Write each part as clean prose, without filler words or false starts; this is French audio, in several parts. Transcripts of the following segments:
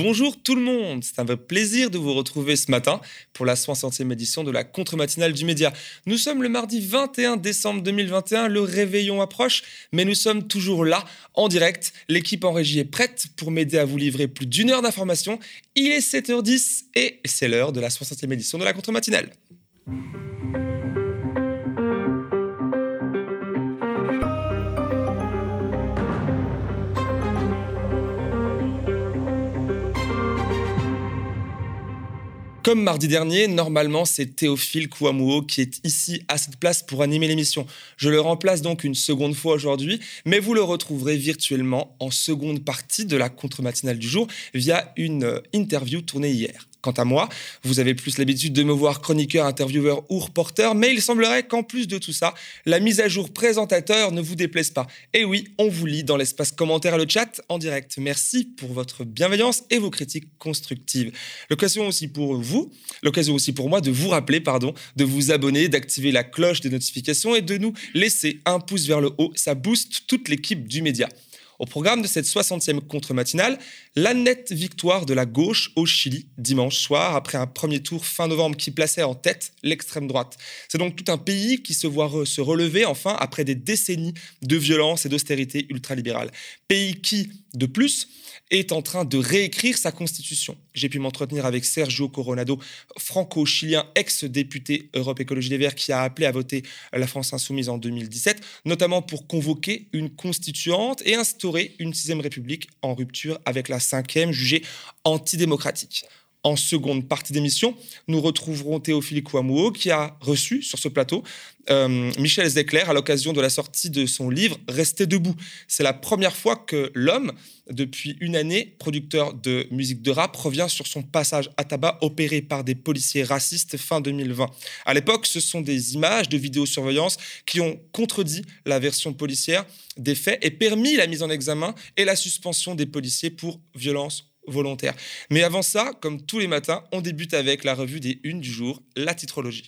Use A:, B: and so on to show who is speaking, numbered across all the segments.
A: Bonjour tout le monde, c'est un vrai plaisir de vous retrouver ce matin pour la 60e édition de la contre-matinale du média. Nous sommes le mardi 21 décembre 2021, le réveillon approche, mais nous sommes toujours là, en direct. L'équipe en régie est prête pour m'aider à vous livrer plus d'une heure d'information. Il est 7h10 et c'est l'heure de la 60e édition de la contre-matinale. Comme mardi dernier, normalement, c'est Théophile Kouamouo qui est ici à cette place pour animer l'émission. Je le remplace donc une seconde fois aujourd'hui, mais vous le retrouverez virtuellement en seconde partie de la contre-matinale du jour via une interview tournée hier. Quant à moi, vous avez plus l'habitude de me voir chroniqueur, intervieweur ou reporter, mais il semblerait qu'en plus de tout ça, la mise à jour présentateur ne vous déplaise pas. Et oui, on vous lit dans l'espace commentaire et le chat en direct. Merci pour votre bienveillance et vos critiques constructives. L'occasion aussi pour moi de vous rappeler, de vous abonner, d'activer la cloche des notifications et de nous laisser un pouce vers le haut. Ça booste toute l'équipe du média. Au programme de cette 60e contre-matinale, la nette victoire de la gauche au Chili dimanche soir, après un premier tour fin novembre qui plaçait en tête l'extrême droite. C'est donc tout un pays qui se voit se relever enfin après des décennies de violence et d'austérité ultralibérale. Pays qui, de plus, est en train de réécrire sa constitution. J'ai pu m'entretenir avec Sergio Coronado, franco-chilien, ex-député Europe Écologie Les Verts, qui a appelé à voter la France Insoumise en 2017, notamment pour convoquer une constituante et instaurer une 6e République en rupture avec la 5e, jugée antidémocratique. En seconde partie d'émission, nous retrouverons Théophile Kouamouo qui a reçu sur ce plateau Michel Zecler à l'occasion de la sortie de son livre « Restez debout ». C'est la première fois que l'homme, depuis une année, producteur de musique de rap, revient sur son passage à tabac opéré par des policiers racistes fin 2020. À l'époque, ce sont des images de vidéosurveillance qui ont contredit la version policière des faits et permis la mise en examen et la suspension des policiers pour violence volontaire. Mais avant ça, comme tous les matins, on débute avec la revue des unes du jour, la titrologie.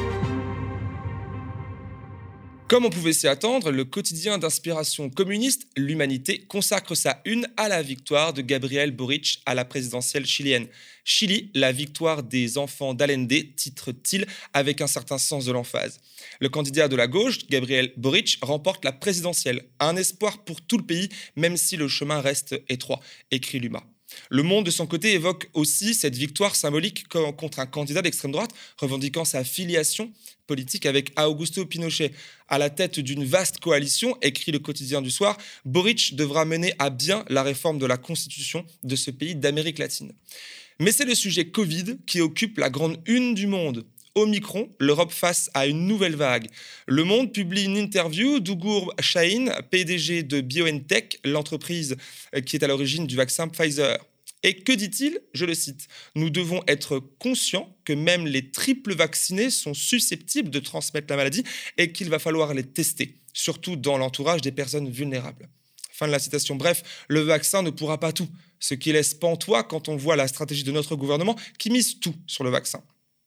A: Comme on pouvait s'y attendre, le quotidien d'inspiration communiste, l'Humanité, consacre sa une à la victoire de Gabriel Boric à la présidentielle chilienne. Chili, la victoire des enfants d'Allende, titre-t-il avec un certain sens de l'emphase. Le candidat de la gauche, Gabriel Boric, remporte la présidentielle. Un espoir pour tout le pays, même si le chemin reste étroit, écrit l'UMA. Le Monde, de son côté, évoque aussi cette victoire symbolique contre un candidat d'extrême droite revendiquant sa filiation politique avec Augusto Pinochet. À la tête d'une vaste coalition, écrit le quotidien du soir, Boric devra mener à bien la réforme de la Constitution de ce pays d'Amérique latine. Mais c'est le sujet Covid qui occupe la grande une du Monde. Omicron, l'Europe face à une nouvelle vague. Le Monde publie une interview d'Ugur Şahin, PDG de BioNTech, l'entreprise qui est à l'origine du vaccin Pfizer. Et que dit-il ? Je le cite. « Nous devons être conscients que même les triples vaccinés sont susceptibles de transmettre la maladie et qu'il va falloir les tester, surtout dans l'entourage des personnes vulnérables. » Fin de la citation. Bref, le vaccin ne pourra pas tout, ce qui laisse pantois quand on voit la stratégie de notre gouvernement qui mise tout sur le vaccin.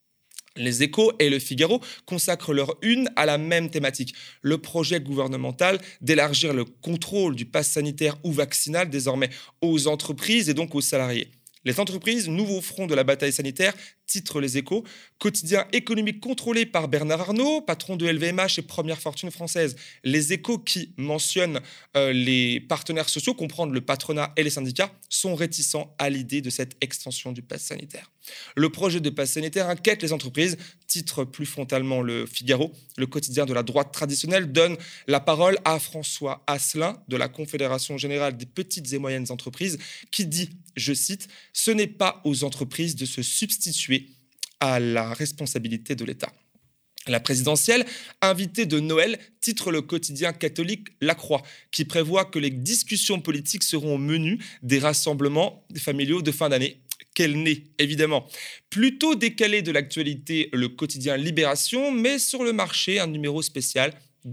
A: Les Échos et Le Figaro consacrent leur une à la même thématique, le projet gouvernemental d'élargir le contrôle du pass sanitaire ou vaccinal désormais aux entreprises et donc aux salariés. Les entreprises, nouveau front de la bataille sanitaire, titre Les Échos, quotidien économique contrôlé par Bernard Arnault, patron de LVMH et première fortune française. Les Échos qui mentionnent les partenaires sociaux, comprendre le patronat et les syndicats, sont réticents à l'idée de cette extension du pass sanitaire. Le projet de pass sanitaire inquiète les entreprises, titre plus frontalement Le Figaro. Le quotidien de la droite traditionnelle donne la parole à François Asselin de la Confédération générale des petites et moyennes entreprises qui dit, je cite, « Ce n'est pas aux entreprises de se substituer à la responsabilité de l'État ». La présidentielle, invitée de Noël, titre le quotidien catholique La Croix, qui prévoit que les discussions politiques seront au menu des rassemblements familiaux de fin d'année. Quel nez, évidemment. Plutôt décalé de l'actualité, le quotidien Libération, mais sur le marché, un numéro spécial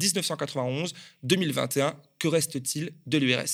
A: 1991-2021. Que reste-t-il de l'URSS ?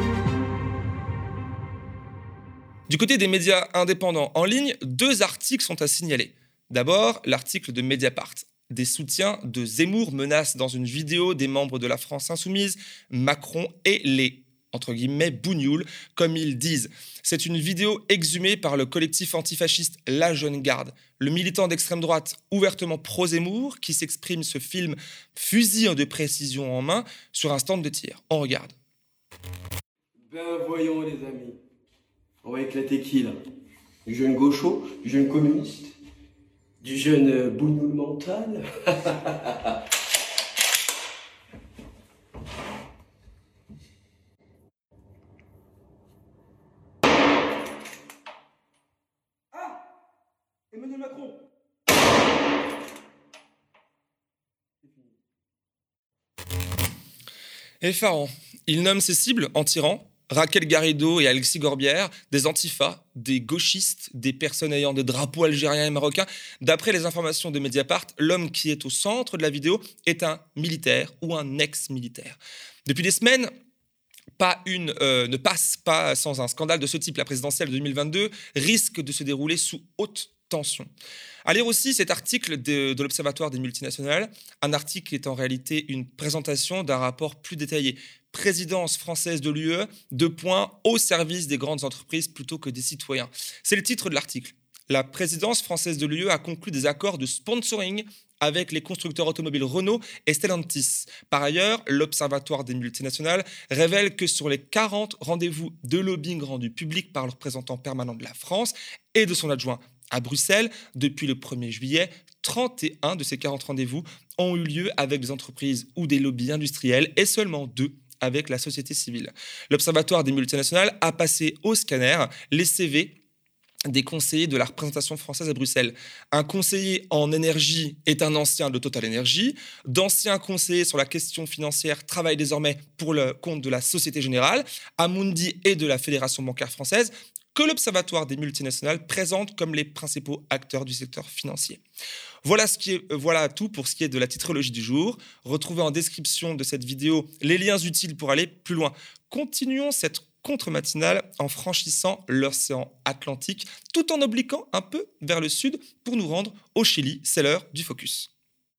A: Du côté des médias indépendants en ligne, 2 articles sont à signaler. D'abord, l'article de Mediapart. Des soutiens de Zemmour menacent dans une vidéo des membres de la France Insoumise, Macron et les entre guillemets, bougnoul, comme ils disent. C'est une vidéo exhumée par le collectif antifasciste La Jeune Garde. Le militant d'extrême droite ouvertement pro-Zemmour qui s'exprime se filme fusil de précision en main sur un stand de tir. On regarde.
B: Ben voyons les amis, on va éclater qui là? Du jeune gaucho, du jeune communiste, du jeune bougnoul mental. Emmanuel Macron.
A: Effarant. Il nomme ses cibles en tirant Raquel Garrido et Alexis Corbière, des antifas, des gauchistes, des personnes ayant des drapeaux algériens et marocains. D'après les informations de Mediapart, l'homme qui est au centre de la vidéo est un militaire ou un ex-militaire. Depuis des semaines, pas une ne passe pas sans un scandale de ce type. La présidentielle de 2022 risque de se dérouler sous haute tension. À lire aussi cet article de l'Observatoire des multinationales, un article qui est en réalité une présentation d'un rapport plus détaillé. Présidence française de l'UE, 2 points, au service des grandes entreprises plutôt que des citoyens. C'est le titre de l'article. La présidence française de l'UE a conclu des accords de sponsoring avec les constructeurs automobiles Renault et Stellantis. Par ailleurs, l'Observatoire des multinationales révèle que sur les 40 rendez-vous de lobbying rendus publics par le représentant permanent de la France et de son adjoint à Bruxelles, depuis le 1er juillet, 31 de ces 40 rendez-vous ont eu lieu avec des entreprises ou des lobbies industriels et seulement 2 avec la société civile. L'Observatoire des multinationales a passé au scanner les CV des conseillers de la représentation française à Bruxelles. Un conseiller en énergie est un ancien de Total Energy. D'anciens conseillers sur la question financière travaillent désormais pour le compte de la Société Générale, Amundi et de la Fédération bancaire française, que l'Observatoire des multinationales présente comme les principaux acteurs du secteur financier. Voilà tout pour ce qui est de la titrologie du jour. Retrouvez en description de cette vidéo les liens utiles pour aller plus loin. Continuons cette contre-matinale en franchissant l'océan Atlantique, tout en obliquant un peu vers le sud pour nous rendre au Chili. C'est l'heure du focus.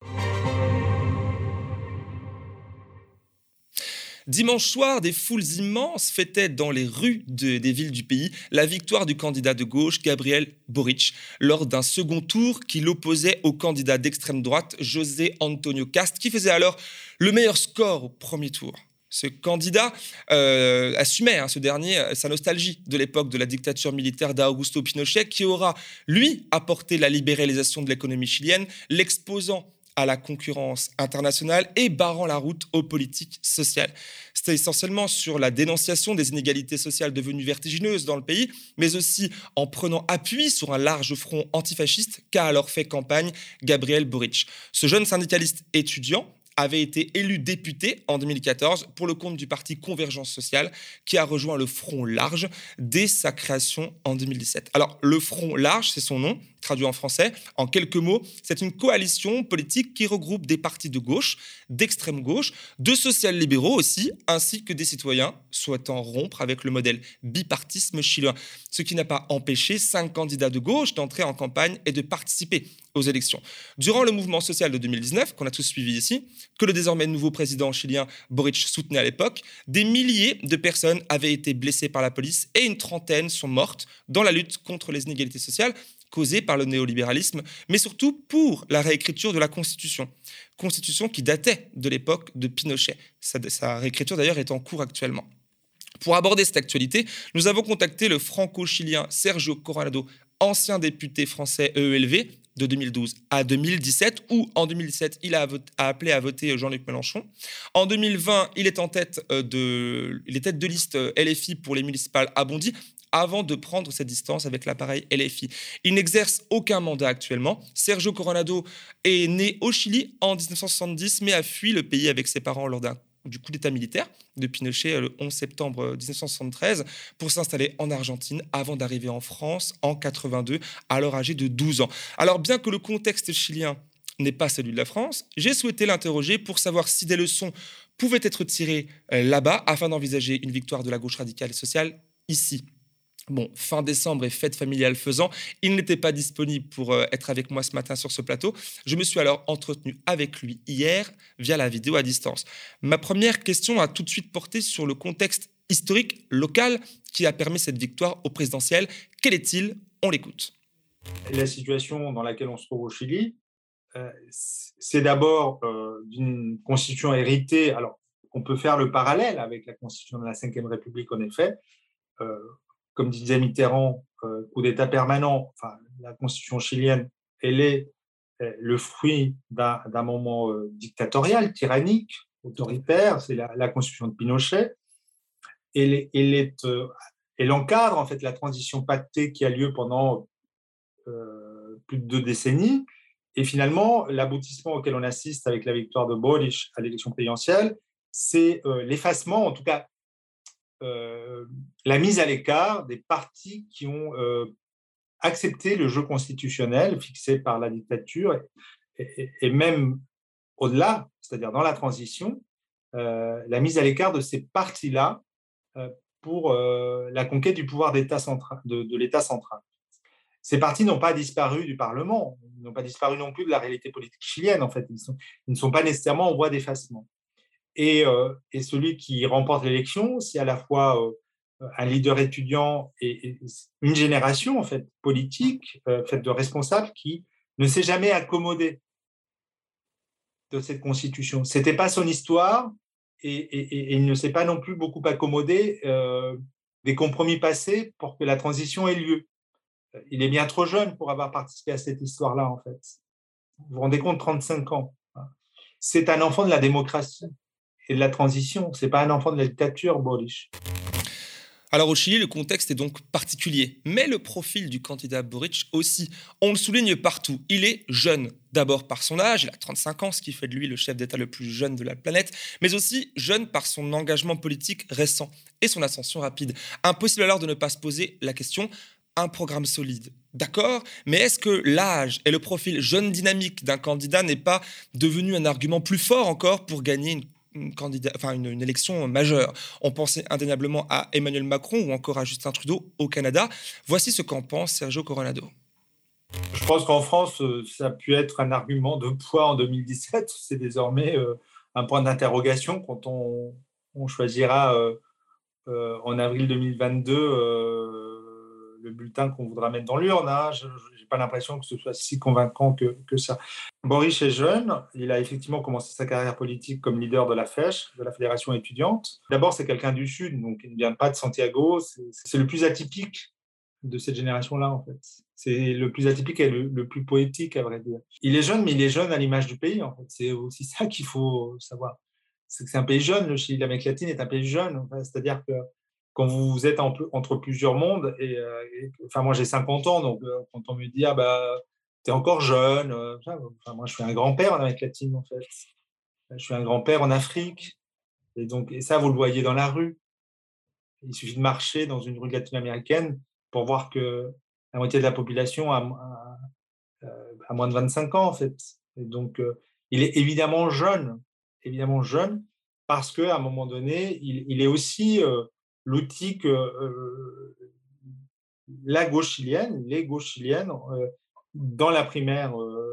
A: Dimanche soir, des foules immenses fêtaient dans les rues des villes du pays la victoire du candidat de gauche, Gabriel Boric, lors d'un second tour qui l'opposait au candidat d'extrême droite, José Antonio Cast, qui faisait alors le meilleur score au premier tour. Ce candidat assumait, ce dernier, sa nostalgie de l'époque de la dictature militaire d'Augusto Pinochet, qui aura, lui, apporté la libéralisation de l'économie chilienne, l'exposant à la concurrence internationale et barrant la route aux politiques sociales. C'était essentiellement sur la dénonciation des inégalités sociales devenues vertigineuses dans le pays, mais aussi en prenant appui sur un large front antifasciste qu'a alors fait campagne Gabriel Boric. Ce jeune syndicaliste étudiant avait été élu député en 2014 pour le compte du parti Convergence sociale qui a rejoint le Front large dès sa création en 2017. Alors, le Front large, c'est son nom, traduit en français. En quelques mots, c'est une coalition politique qui regroupe des partis de gauche, d'extrême gauche, de social-libéraux aussi, ainsi que des citoyens souhaitant rompre avec le modèle bipartisme chilien. Ce qui n'a pas empêché 5 candidats de gauche d'entrer en campagne et de participer aux élections. Durant le mouvement social de 2019, qu'on a tous suivi ici, que le désormais nouveau président chilien Boric soutenait à l'époque, des milliers de personnes avaient été blessées par la police et une trentaine sont mortes dans la lutte contre les inégalités sociales causées par le néolibéralisme, mais surtout pour la réécriture de la Constitution. Constitution qui datait de l'époque de Pinochet. Sa réécriture d'ailleurs est en cours actuellement. Pour aborder cette actualité, nous avons contacté le franco-chilien Sergio Coronado, ancien député français EELV de 2012 à 2017, où en 2017, il a appelé à voter Jean-Luc Mélenchon. En 2020, il est tête de liste LFI pour les municipales à Bondy, avant de prendre cette distance avec l'appareil LFI. Il n'exerce aucun mandat actuellement. Sergio Coronado est né au Chili en 1970, mais a fui le pays avec ses parents lors du coup d'État militaire de Pinochet le 11 septembre 1973 pour s'installer en Argentine avant d'arriver en France en 82, alors âgé de 12 ans. Alors bien que le contexte chilien n'est pas celui de la France, j'ai souhaité l'interroger pour savoir si des leçons pouvaient être tirées là-bas afin d'envisager une victoire de la gauche radicale et sociale ici. Bon, fin décembre et fête familiale faisant, il n'était pas disponible pour être avec moi ce matin sur ce plateau. Je me suis alors entretenu avec lui hier via la vidéo à distance. Ma première question a tout de suite porté sur le contexte historique local qui a permis cette victoire au présidentiel. Quel est-il? On l'écoute.
C: La situation dans laquelle on se trouve au Chili, c'est d'abord d'une constitution héritée. Alors, on peut faire le parallèle avec la constitution de la Ve République, en effet. Comme disait Mitterrand, coup d'État permanent, enfin, la constitution chilienne, elle est le fruit d'un moment dictatorial, tyrannique, autoritaire. C'est la constitution de Pinochet. Elle encadre en fait la transition pactée qui a lieu pendant plus de 2 décennies. Et finalement, l'aboutissement auquel on assiste avec la victoire de Boric à l'élection présidentielle, c'est l'effacement, en tout cas la mise à l'écart des partis qui ont accepté le jeu constitutionnel fixé par la dictature et même au-delà, c'est-à-dire dans la transition, la mise à l'écart de ces partis-là pour la conquête du pouvoir d'État central, de l'État central. Ces partis n'ont pas disparu du Parlement, ils n'ont pas disparu non plus de la réalité politique chilienne, en fait. Ils ne sont pas nécessairement en voie d'effacement. Et celui qui remporte l'élection, c'est à la fois un leader étudiant et une génération, en fait, politique, faite de responsables qui ne s'est jamais accommodé de cette constitution. Ce n'était pas son histoire et il ne s'est pas non plus beaucoup accommodé des compromis passés pour que la transition ait lieu. Il est bien trop jeune pour avoir participé à cette histoire-là, en fait. Vous vous rendez compte, 35 ans. C'est un enfant de la démocratie et de la transition. Ce n'est pas un enfant de la dictature, Boric.
A: Alors au Chili, le contexte est donc particulier, mais le profil du candidat Boric aussi. On le souligne partout, il est jeune. D'abord par son âge, il a 35 ans, ce qui fait de lui le chef d'État le plus jeune de la planète, mais aussi jeune par son engagement politique récent et son ascension rapide. Impossible alors de ne pas se poser la question, un programme solide, d'accord, mais est-ce que l'âge et le profil jeune dynamique d'un candidat n'est pas devenu un argument plus fort encore pour gagner une élection majeure? On pensait indéniablement à Emmanuel Macron ou encore à Justin Trudeau au Canada. Voici ce qu'en pense Sergio Coronado.
C: Je pense qu'en France, ça a pu être un argument de poids en 2017. C'est désormais un point d'interrogation quand on choisira en avril 2022 le bulletin qu'on voudra mettre dans l'urne. Je n'ai pas l'impression que ce soit si convaincant que ça. Boric est jeune. Il a effectivement commencé sa carrière politique comme leader de la FECH, de la Fédération étudiante. D'abord, c'est quelqu'un du Sud, donc il ne vient pas de Santiago. C'est le plus atypique de cette génération-là, en fait. C'est le plus atypique et le plus poétique, à vrai dire. Il est jeune, mais il est jeune à l'image du pays, en fait. C'est aussi ça qu'il faut savoir. C'est un pays jeune, le Chili. L'Amérique latine est un pays jeune. Enfin, c'est-à-dire que quand vous êtes entre plusieurs mondes, enfin, moi j'ai 50 ans, donc quand on me dit t'es encore jeune, moi je suis un grand-père en Amérique latine, en fait. Je suis un grand-père en Afrique, et ça vous le voyez dans la rue. Il suffit de marcher dans une rue latino-américaine pour voir que la moitié de la population a moins de 25 ans, en fait. Et donc il est évidemment jeune, parce qu'à un moment donné, il est aussi l'outil que les gauches chiliennes, dans la primaire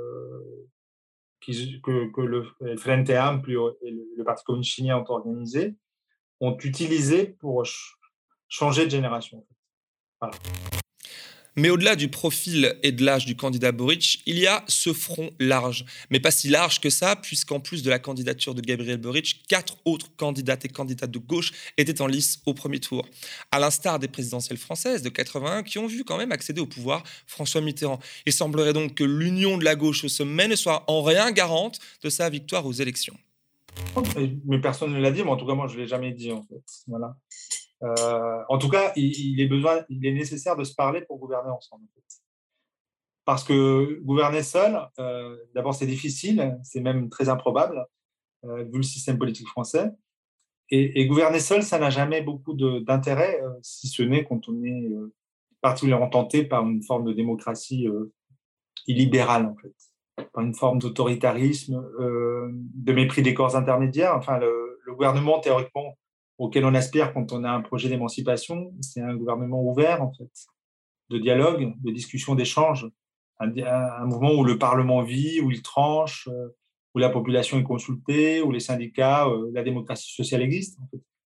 C: que le Frente Amplio et le Parti communiste chilien ont organisé, ont utilisé pour changer de génération. Voilà.
A: Mais au-delà du profil et de l'âge du candidat Boric, il y a ce front large. Mais pas si large que ça, puisqu'en plus de la candidature de Gabriel Boric, 4 autres candidates et candidats de gauche étaient en lice au premier tour. À l'instar des présidentielles françaises de 81 qui ont vu quand même accéder au pouvoir François Mitterrand. Il semblerait donc que l'union de la gauche au sommet ne soit en rien garante de sa victoire aux élections.
C: Mais personne ne l'a dit, mais en tout cas, moi, je ne l'ai jamais dit, en fait. Voilà. En tout cas, il est nécessaire de se parler pour gouverner ensemble. En fait. Parce que gouverner seul, d'abord, c'est difficile, c'est même très improbable, vu le système politique français. Et gouverner seul, ça n'a jamais beaucoup d'intérêt, si ce n'est quand on est particulièrement tenté par une forme de démocratie illibérale, en fait, par une forme d'autoritarisme, de mépris des corps intermédiaires. Enfin, le gouvernement, théoriquement, auquel on aspire quand on a un projet d'émancipation, c'est un gouvernement ouvert, en fait, de dialogue, de discussion, d'échange, un mouvement où le Parlement vit, où il tranche, où la population est consultée, où les syndicats, la démocratie sociale existe. En fait.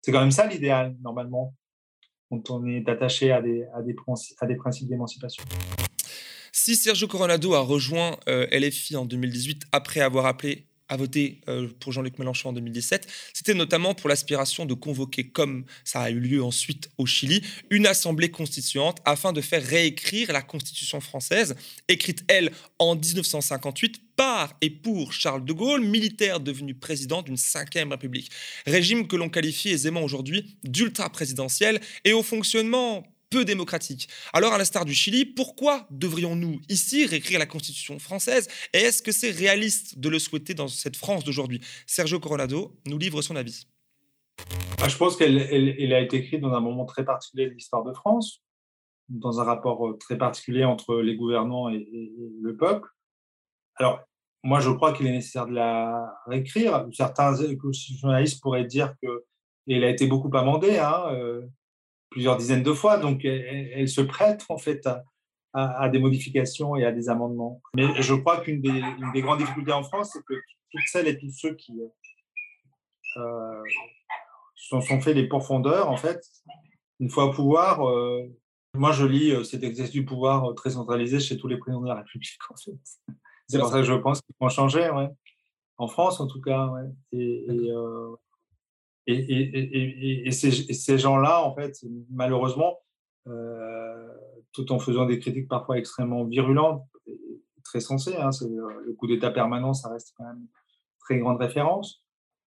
C: C'est quand même ça l'idéal, normalement, quand on est attaché à des principes d'émancipation.
A: Si Sergio Coronado a rejoint LFI en 2018 après avoir appelé à voter pour Jean-Luc Mélenchon en 2017, c'était notamment pour l'aspiration de convoquer, comme ça a eu lieu ensuite au Chili, une assemblée constituante afin de faire réécrire la Constitution française, écrite, elle, en 1958 par et pour Charles de Gaulle, militaire devenu président d'une 5e République. Régime que l'on qualifie aisément aujourd'hui d'ultra-présidentiel et au fonctionnement peu démocratique. Alors, à l'instar du Chili, pourquoi devrions-nous ici réécrire la Constitution française? Et est-ce que c'est réaliste de le souhaiter dans cette France d'aujourd'hui? Sergio Coronado nous livre son avis.
C: Je pense qu'elle a été écrite dans un moment très particulier de l'histoire de France, dans un rapport très particulier entre les gouvernants et le peuple. Alors, moi, je crois qu'il est nécessaire de la réécrire. Certains constitutionnalistes pourraient dire qu'elle a été beaucoup amendée, plusieurs dizaines de fois, donc elle se prête en fait à des modifications et à des amendements. Mais je crois qu'une des grandes difficultés en France, c'est que toutes celles et tous ceux qui sont faits les pourfendeurs, en fait, une fois au pouvoir, moi je lis cet exercice du pouvoir très centralisé chez tous les présidents de la République, en fait. C'est pour ça que je pense qu'il faut en changer, ouais. En France en tout cas, ouais. Et ces gens-là, en fait, malheureusement, tout en faisant des critiques parfois extrêmement virulentes, très sensées, c'est, le coup d'État permanent, ça reste quand même une très grande référence.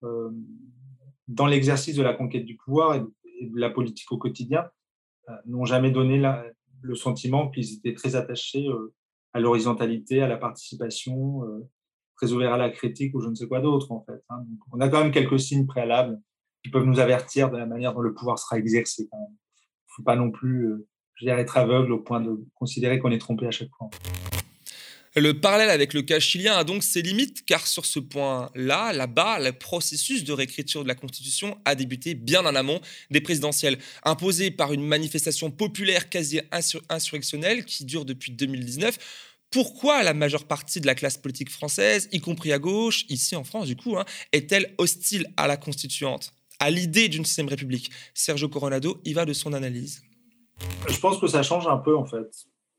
C: Dans l'exercice de la conquête du pouvoir et de la politique au quotidien, n'ont jamais donné le sentiment qu'ils étaient très attachés à l'horizontalité, à la participation, très ouverts à la critique ou je ne sais quoi d'autre, en fait. Donc, on a quand même quelques signes préalables qui peuvent nous avertir de la manière dont le pouvoir sera exercé. Il ne faut pas non plus être aveugle au point de considérer qu'on est trompé à chaque fois.
A: Le parallèle avec le cas chilien a donc ses limites, car sur ce point-là, là-bas, le processus de réécriture de la Constitution a débuté bien en amont des présidentielles, imposées par une manifestation populaire quasi insurrectionnelle qui dure depuis 2019. Pourquoi la majeure partie de la classe politique française, y compris à gauche, ici en France du coup, est-elle hostile à la Constituante, à l'idée d'une 6e République? Sergio Coronado y va de son analyse.
C: Je pense que ça change un peu, en fait.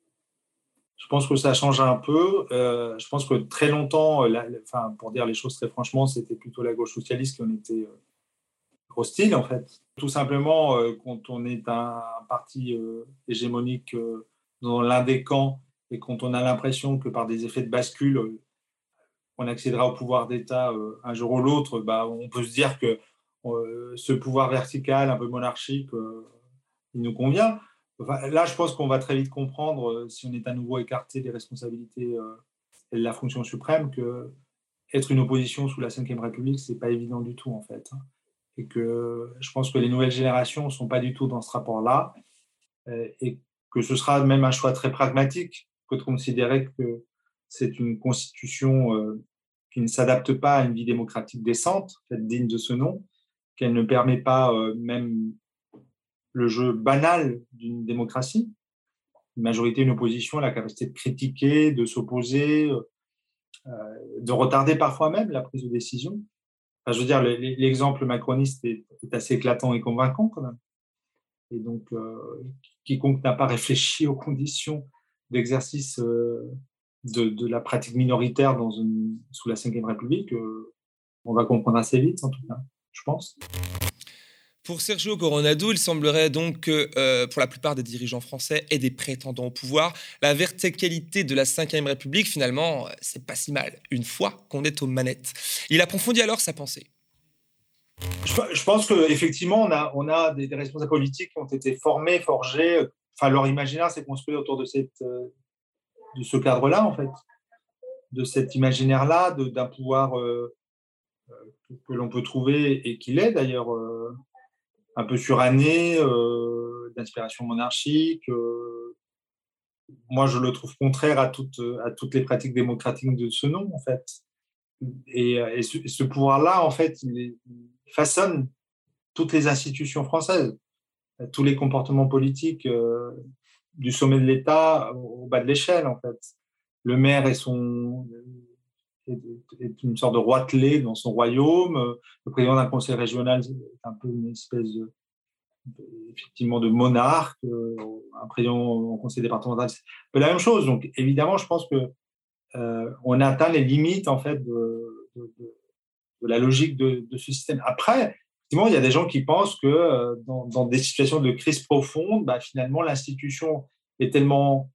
C: Je pense que ça change un peu. Je pense que très longtemps, pour dire les choses très franchement, c'était plutôt la gauche socialiste qui en était hostile, en fait. Tout simplement, quand on est un parti hégémonique dans l'un des camps et quand on a l'impression que par des effets de bascule, on accédera au pouvoir d'État un jour ou l'autre, on peut se dire que ce pouvoir vertical, un peu monarchique, il nous convient. Là, je pense qu'on va très vite comprendre, si on est à nouveau écarté des responsabilités et de la fonction suprême, qu'être une opposition sous la Ve République, ce n'est pas évident du tout, en fait. Et que je pense que les nouvelles générations ne sont pas du tout dans ce rapport-là, et que ce sera même un choix très pragmatique que de considérer que c'est une constitution qui ne s'adapte pas à une vie démocratique décente, digne de ce nom, qu'elle ne permet pas même le jeu banal d'une démocratie, une majorité, une opposition, la capacité de critiquer, de s'opposer, de retarder parfois même la prise de décision. Enfin, je veux dire, l'exemple macroniste est assez éclatant et convaincant quand même. Et donc, quiconque n'a pas réfléchi aux conditions d'exercice de la pratique minoritaire sous la Ve République, on va comprendre assez vite, en tout cas, je pense.
A: Pour Sergio Coronado, il semblerait donc que pour la plupart des dirigeants français et des prétendants au pouvoir, la verticalité de la Ve République, finalement, c'est pas si mal, une fois qu'on est aux manettes. Il approfondit alors sa pensée.
C: Je pense qu'effectivement, on a des responsables politiques qui ont été formés, forgés. Enfin, leur imaginaire s'est construit autour de ce cadre-là, en fait, de cet imaginaire-là, d'un pouvoir que l'on peut trouver, et qu'il est d'ailleurs un peu suranné, d'inspiration monarchique. Moi, je le trouve contraire à toutes les pratiques démocratiques de ce nom, en fait. Et ce pouvoir-là, en fait, il façonne toutes les institutions françaises, tous les comportements politiques du sommet de l'État au bas de l'échelle, en fait. Le maire et est une sorte de roitelet dans son royaume. Le président d'un conseil régional est un peu une espèce effectivement de monarque. Un président au conseil départemental, c'est un peu la même chose. Donc évidemment, je pense que on atteint les limites en fait de la logique de ce système. Après, effectivement, il y a des gens qui pensent que dans des situations de crise profonde, finalement, l'institution est tellement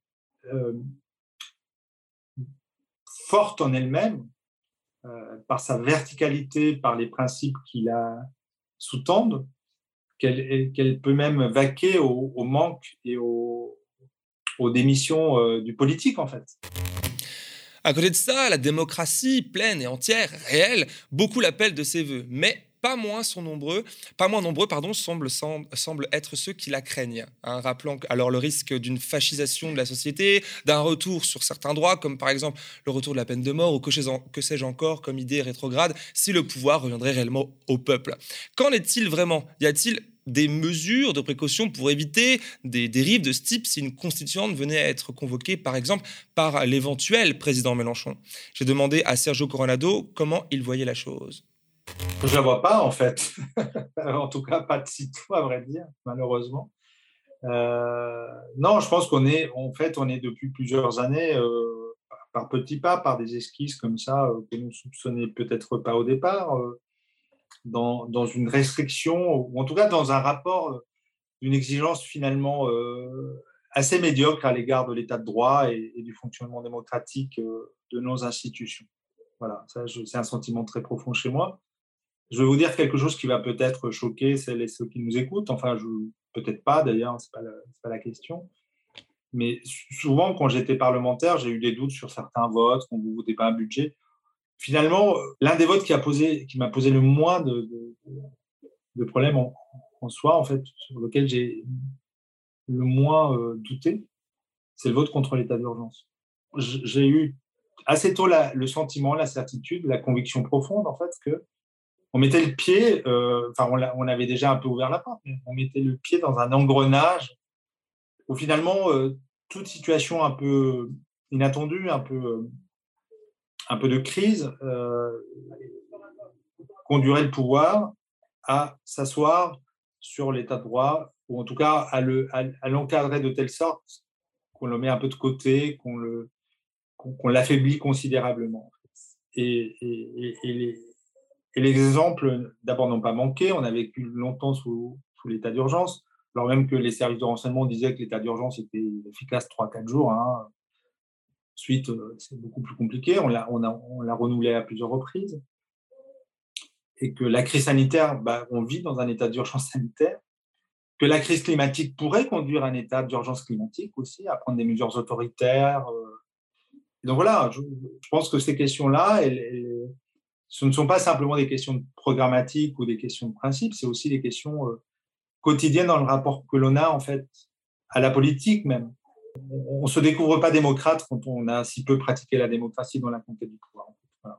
C: forte en elle-même, par sa verticalité, par les principes qui la sous-tendent, qu'elle peut même vaquer au manque et aux démissions du politique, en fait.
A: À côté de ça, la démocratie pleine et entière, réelle, beaucoup l'appellent de ses voeux, mais pas moins nombreux, semblent être ceux qui la craignent. Rappelant alors le risque d'une fascisation de la société, d'un retour sur certains droits, comme par exemple le retour de la peine de mort ou que sais-je encore comme idée rétrograde, si le pouvoir reviendrait réellement au peuple. Qu'en est-il vraiment ? Y a-t-il des mesures de précaution pour éviter des dérives de ce type si une constituante venait à être convoquée, par exemple, par l'éventuel président Mélenchon ? J'ai demandé à Sergio Coronado comment il voyait la chose.
C: Je ne la vois pas, en fait. En tout cas, pas de sitôt, à vrai dire, malheureusement. Non, je pense qu'on est depuis plusieurs années, par petits pas, par des esquisses comme ça, que nous ne soupçonnait peut-être pas au départ, dans une restriction, ou en tout cas dans un rapport d'une exigence finalement assez médiocre à l'égard de l'état de droit et du fonctionnement démocratique de nos institutions. Voilà, c'est un sentiment très profond chez moi. Je vais vous dire quelque chose qui va peut-être choquer celles et ceux qui nous écoutent. Enfin, peut-être pas d'ailleurs, c'est pas la question. Mais souvent, quand j'étais parlementaire, j'ai eu des doutes sur certains votes, quand vous ne votez pas un budget. Finalement, l'un des votes qui m'a posé le moins de problèmes en soi, en fait, sur lequel j'ai le moins douté, c'est le vote contre l'état d'urgence. J'ai eu assez tôt le sentiment, la certitude, la conviction profonde, en fait, que on mettait le pied, on avait déjà un peu ouvert la porte, mais on mettait le pied dans un engrenage où finalement, toute situation un peu inattendue, un peu de crise, conduirait le pouvoir à s'asseoir sur l'état de droit, ou en tout cas à l'encadrer de telle sorte qu'on le met un peu de côté, qu'on l'affaiblit considérablement. Et les exemples, d'abord, n'ont pas manqué. On a vécu longtemps sous l'état d'urgence, alors même que les services de renseignement disaient que l'état d'urgence était efficace 3-4 jours. Ensuite, c'est beaucoup plus compliqué. On l'a renouvelé à plusieurs reprises. Et que la crise sanitaire, on vit dans un état d'urgence sanitaire. Que la crise climatique pourrait conduire à un état d'urgence climatique aussi, à prendre des mesures autoritaires. Donc voilà, je pense que ces questions-là, ce ne sont pas simplement des questions programmatiques ou des questions de principe, c'est aussi des questions quotidiennes dans le rapport que l'on a en fait à la politique même. On ne se découvre pas démocrate quand on a si peu pratiqué la démocratie dans la conquête du pouvoir. Voilà.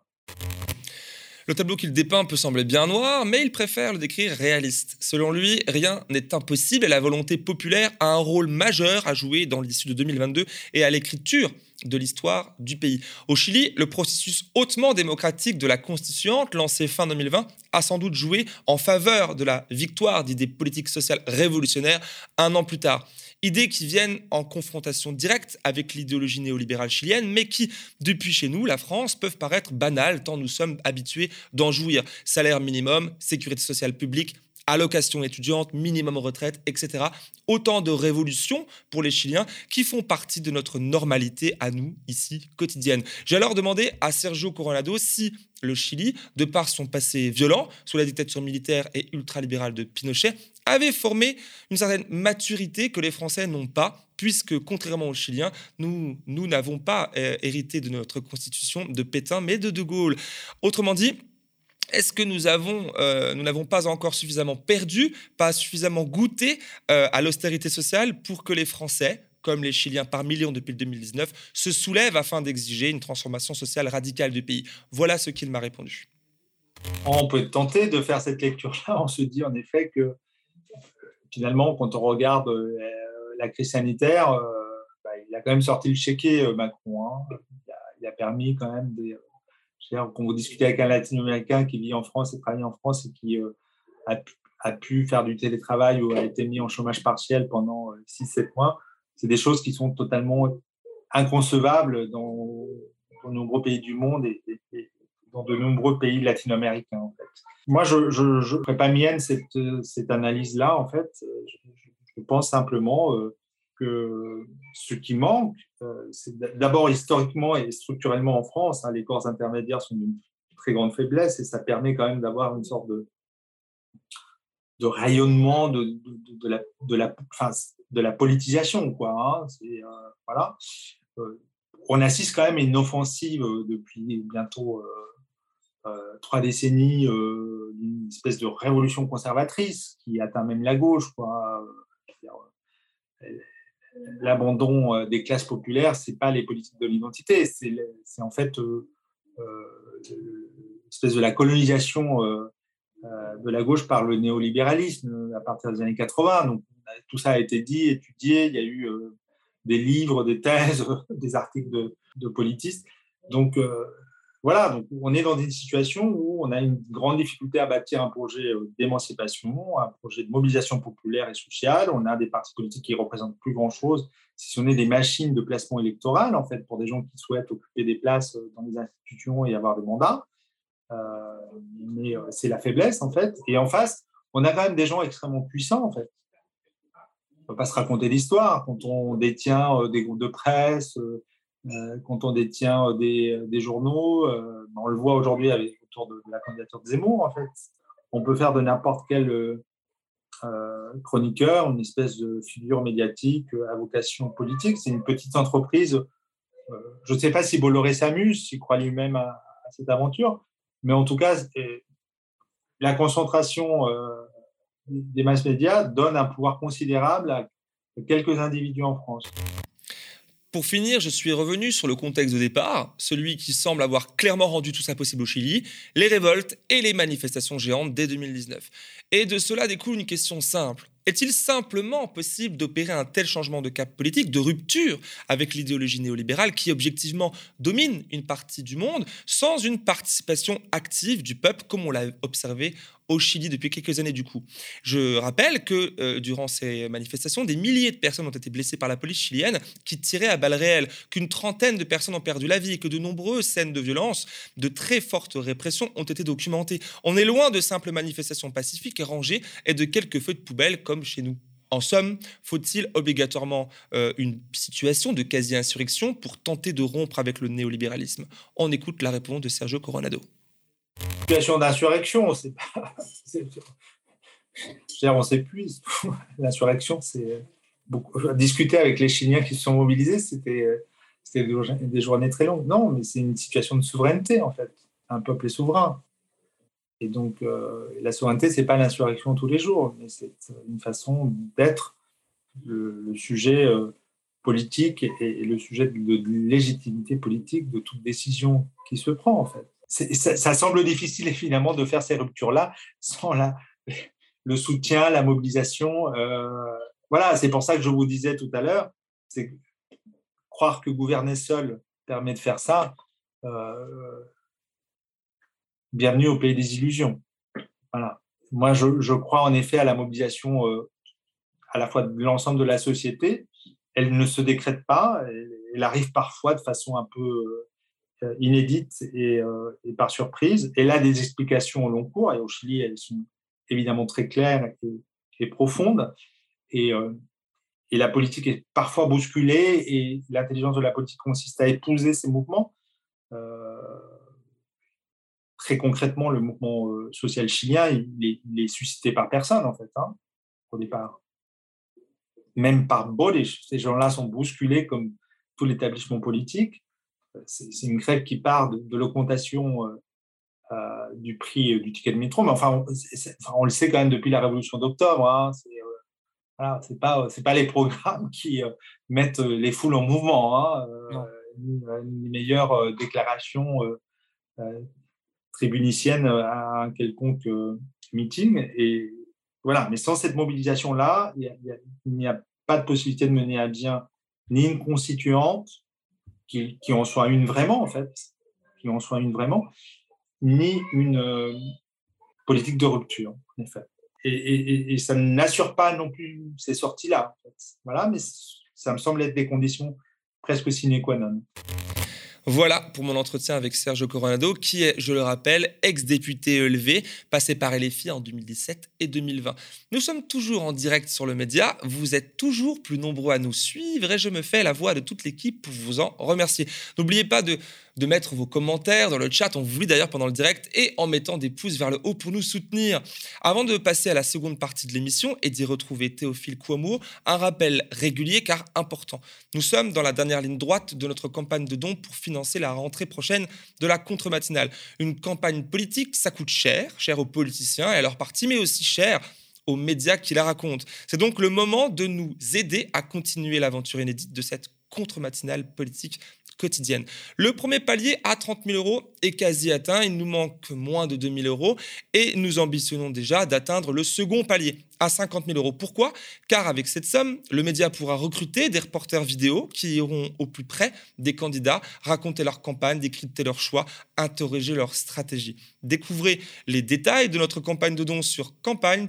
A: Le tableau qu'il dépeint peut sembler bien noir, mais il préfère le décrire réaliste. Selon lui, rien n'est impossible et la volonté populaire a un rôle majeur à jouer dans l'issue de 2022 et à l'écriture de l'histoire du pays. Au Chili, le processus hautement démocratique de la constituante, lancé fin 2020, a sans doute joué en faveur de la victoire d'idées politiques sociales révolutionnaires un an plus tard. Idées qui viennent en confrontation directe avec l'idéologie néolibérale chilienne, mais qui, depuis chez nous, la France, peuvent paraître banales tant nous sommes habitués d'en jouir. Salaire minimum, sécurité sociale publique, allocation étudiante, minimum retraite, etc. Autant de révolutions pour les Chiliens qui font partie de notre normalité à nous, ici, quotidienne. J'ai alors demandé à Sergio Coronado si le Chili, de par son passé violent, sous la dictature militaire et ultralibérale de Pinochet, avait formé une certaine maturité que les Français n'ont pas, puisque, contrairement aux Chiliens, nous n'avons pas hérité de notre constitution de Pétain, mais de De Gaulle. Autrement dit, est-ce que nous n'avons pas encore suffisamment perdu, pas suffisamment goûté à l'austérité sociale pour que les Français, comme les Chiliens par millions depuis le 2019, se soulèvent afin d'exiger une transformation sociale radicale du pays? Voilà ce qu'il m'a répondu.
C: On peut tenter de faire cette lecture-là. On se dit en effet que finalement, quand on regarde la crise sanitaire, il a quand même sorti le chéquier, Macron. Il a permis quand même Quand vous discutez avec un latino-américain qui vit en France et travaille en France et qui a pu faire du télétravail ou a été mis en chômage partiel pendant 6-7 mois, c'est des choses qui sont totalement inconcevables dans de nombreux pays du monde et dans de nombreux pays latino-américains, en fait. Moi, je ne ferai pas mienne cette analyse-là, en fait. Je pense simplement que ce qui manque, c'est d'abord historiquement et structurellement en France, les corps intermédiaires sont d'une très grande faiblesse et ça permet quand même d'avoir une sorte de rayonnement de la politisation, quoi. Voilà. On assiste quand même à une offensive depuis bientôt 3 décennies d'une espèce de révolution conservatrice qui atteint même la gauche, quoi. L'abandon des classes populaires, c'est pas les politiques de l'identité, c'est en fait l'espèce de la colonisation de la gauche par le néolibéralisme à partir des années 80. Donc, tout ça a été dit, étudié, il y a eu des livres, des thèses, des articles de politistes. Donc, voilà, donc on est dans une situation où on a une grande difficulté à bâtir un projet d'émancipation, un projet de mobilisation populaire et sociale. On a des partis politiques qui ne représentent plus grand-chose, si ce n'est des machines de placement électoral, en fait, pour des gens qui souhaitent occuper des places dans les institutions et avoir des mandats. Mais c'est la faiblesse, en fait. Et en face, on a quand même des gens extrêmement puissants, en fait. On ne peut pas se raconter l'histoire. Quand on détient des groupes de presse, quand on détient des journaux, on le voit aujourd'hui autour de la candidature de Zemmour, en fait. On peut faire de n'importe quel chroniqueur une espèce de figure médiatique à vocation politique. C'est une petite entreprise. Je ne sais pas si Bolloré s'amuse, s'il croit lui-même à cette aventure, mais en tout cas, la concentration des mass médias donne un pouvoir considérable à quelques individus en France.
A: Pour finir, je suis revenu sur le contexte de départ, celui qui semble avoir clairement rendu tout ça possible au Chili, les révoltes et les manifestations géantes dès 2019. Et de cela découle une question simple. Est-il simplement possible d'opérer un tel changement de cap politique, de rupture avec l'idéologie néolibérale qui objectivement domine une partie du monde, sans une participation active du peuple, comme on l'a observé au Chili depuis quelques années du coup. Je rappelle que durant ces manifestations, des milliers de personnes ont été blessées par la police chilienne qui tirait à balles réelles, qu'une trentaine de personnes ont perdu la vie et que de nombreuses scènes de violence, de très fortes répressions ont été documentées. On est loin de simples manifestations pacifiques et rangées et de quelques feux de poubelle comme chez nous. En somme, faut-il obligatoirement une situation de quasi-insurrection pour tenter de rompre avec le néolibéralisme? On écoute la réponse de Sergio Coronado.
C: Situation d'insurrection, on s'épuise. L'insurrection, c'est beaucoup. Discuter avec les Chiliens qui se sont mobilisés, c'était des journées très longues. Non, mais c'est une situation de souveraineté, en fait. Un peuple est souverain. Et donc, la souveraineté, ce n'est pas l'insurrection tous les jours, mais c'est une façon d'être le sujet politique et le sujet de légitimité politique de toute décision qui se prend, en fait. Ça semble difficile, évidemment, de faire ces ruptures-là sans le soutien, la mobilisation. Voilà, c'est pour ça que je vous disais tout à l'heure, c'est croire que gouverner seul permet de faire ça. Bienvenue au pays des illusions. Voilà. Moi, je crois en effet à la mobilisation à la fois de l'ensemble de la société. Elle ne se décrète pas, elle arrive parfois de façon un peu inédite et par surprise. Elle a des explications au long cours, et au Chili, elles sont évidemment très claires et profondes. Et la politique est parfois bousculée, et l'intelligence de la politique consiste à épouser ces mouvements. Très concrètement, le mouvement social chilien, il est suscité par personne, en fait, au départ. Même par Boric, ces gens-là sont bousculés comme tout l'établissement politique. C'est une grève qui part de l'augmentation du prix du ticket de métro, mais enfin, on le sait quand même depuis la Révolution d'octobre. Voilà, c'est pas les programmes qui mettent les foules en mouvement, ni les meilleures déclarations tribuniciennes à un quelconque meeting. Et voilà, mais sans cette mobilisation-là, il n'y a pas de possibilité de mener à bien ni une constituante qui en soit une vraiment, en fait, qui en soit une vraiment, ni une politique de rupture, en effet. Et ça n'assure pas non plus ces sorties-là. En fait. Voilà, mais ça me semble être des conditions presque sine qua non.
A: Voilà pour mon entretien avec Sergio Coronado, qui est, je le rappelle, ex-député ELV, passé par LFI en 2017 et 2020. Nous sommes toujours en direct sur le média, vous êtes toujours plus nombreux à nous suivre et je me fais la voix de toute l'équipe pour vous en remercier. N'oubliez pas de mettre vos commentaires dans le chat, on vous lit d'ailleurs pendant le direct, et en mettant des pouces vers le haut pour nous soutenir. Avant de passer à la seconde partie de l'émission et d'y retrouver Théophile Kouamouo, un rappel régulier car important. Nous sommes dans la dernière ligne droite de notre campagne de dons pour financer la rentrée prochaine de la contre-matinale. Une campagne politique, ça coûte cher aux politiciens et à leur parti, mais aussi cher aux médias qui la racontent. C'est donc le moment de nous aider à continuer l'aventure inédite de cette contre-matinale politique quotidienne. Le premier palier à 30 000 € est quasi atteint, il nous manque moins de 2 000 € et nous ambitionnons déjà d'atteindre le second palier à 50 000 €. Pourquoi ? Car avec cette somme, le média pourra recruter des reporters vidéo qui iront au plus près des candidats, raconter leur campagne, décrypter leurs choix, interroger leur stratégie. Découvrez les détails de notre campagne de dons sur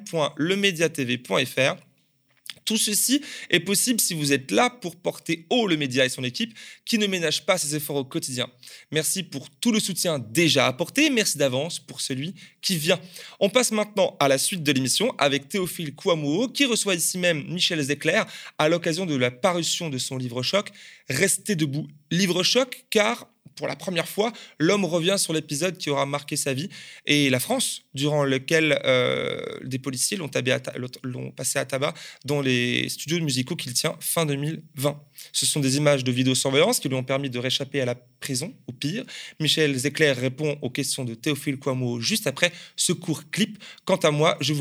A: campagne.lemediatv.fr. Tout ceci est possible si vous êtes là pour porter haut le média et son équipe qui ne ménage pas ses efforts au quotidien. Merci pour tout le soutien déjà apporté, merci d'avance pour celui qui vient. On passe maintenant à la suite de l'émission avec Théophile Kouamouo qui reçoit ici même Michel Zecler à l'occasion de la parution de son livre choc « Restez debout ». Livre choc car pour la première fois, l'homme revient sur l'épisode qui aura marqué sa vie et la France, durant lequel des policiers l'ont passé à tabac dans les studios musicaux qu'il tient fin 2020. Ce sont des images de vidéosurveillance qui lui ont permis de réchapper à la prison, au pire. Michel Zecler répond aux questions de Théophile Kouamouo juste après ce court clip. Quant à moi, je vous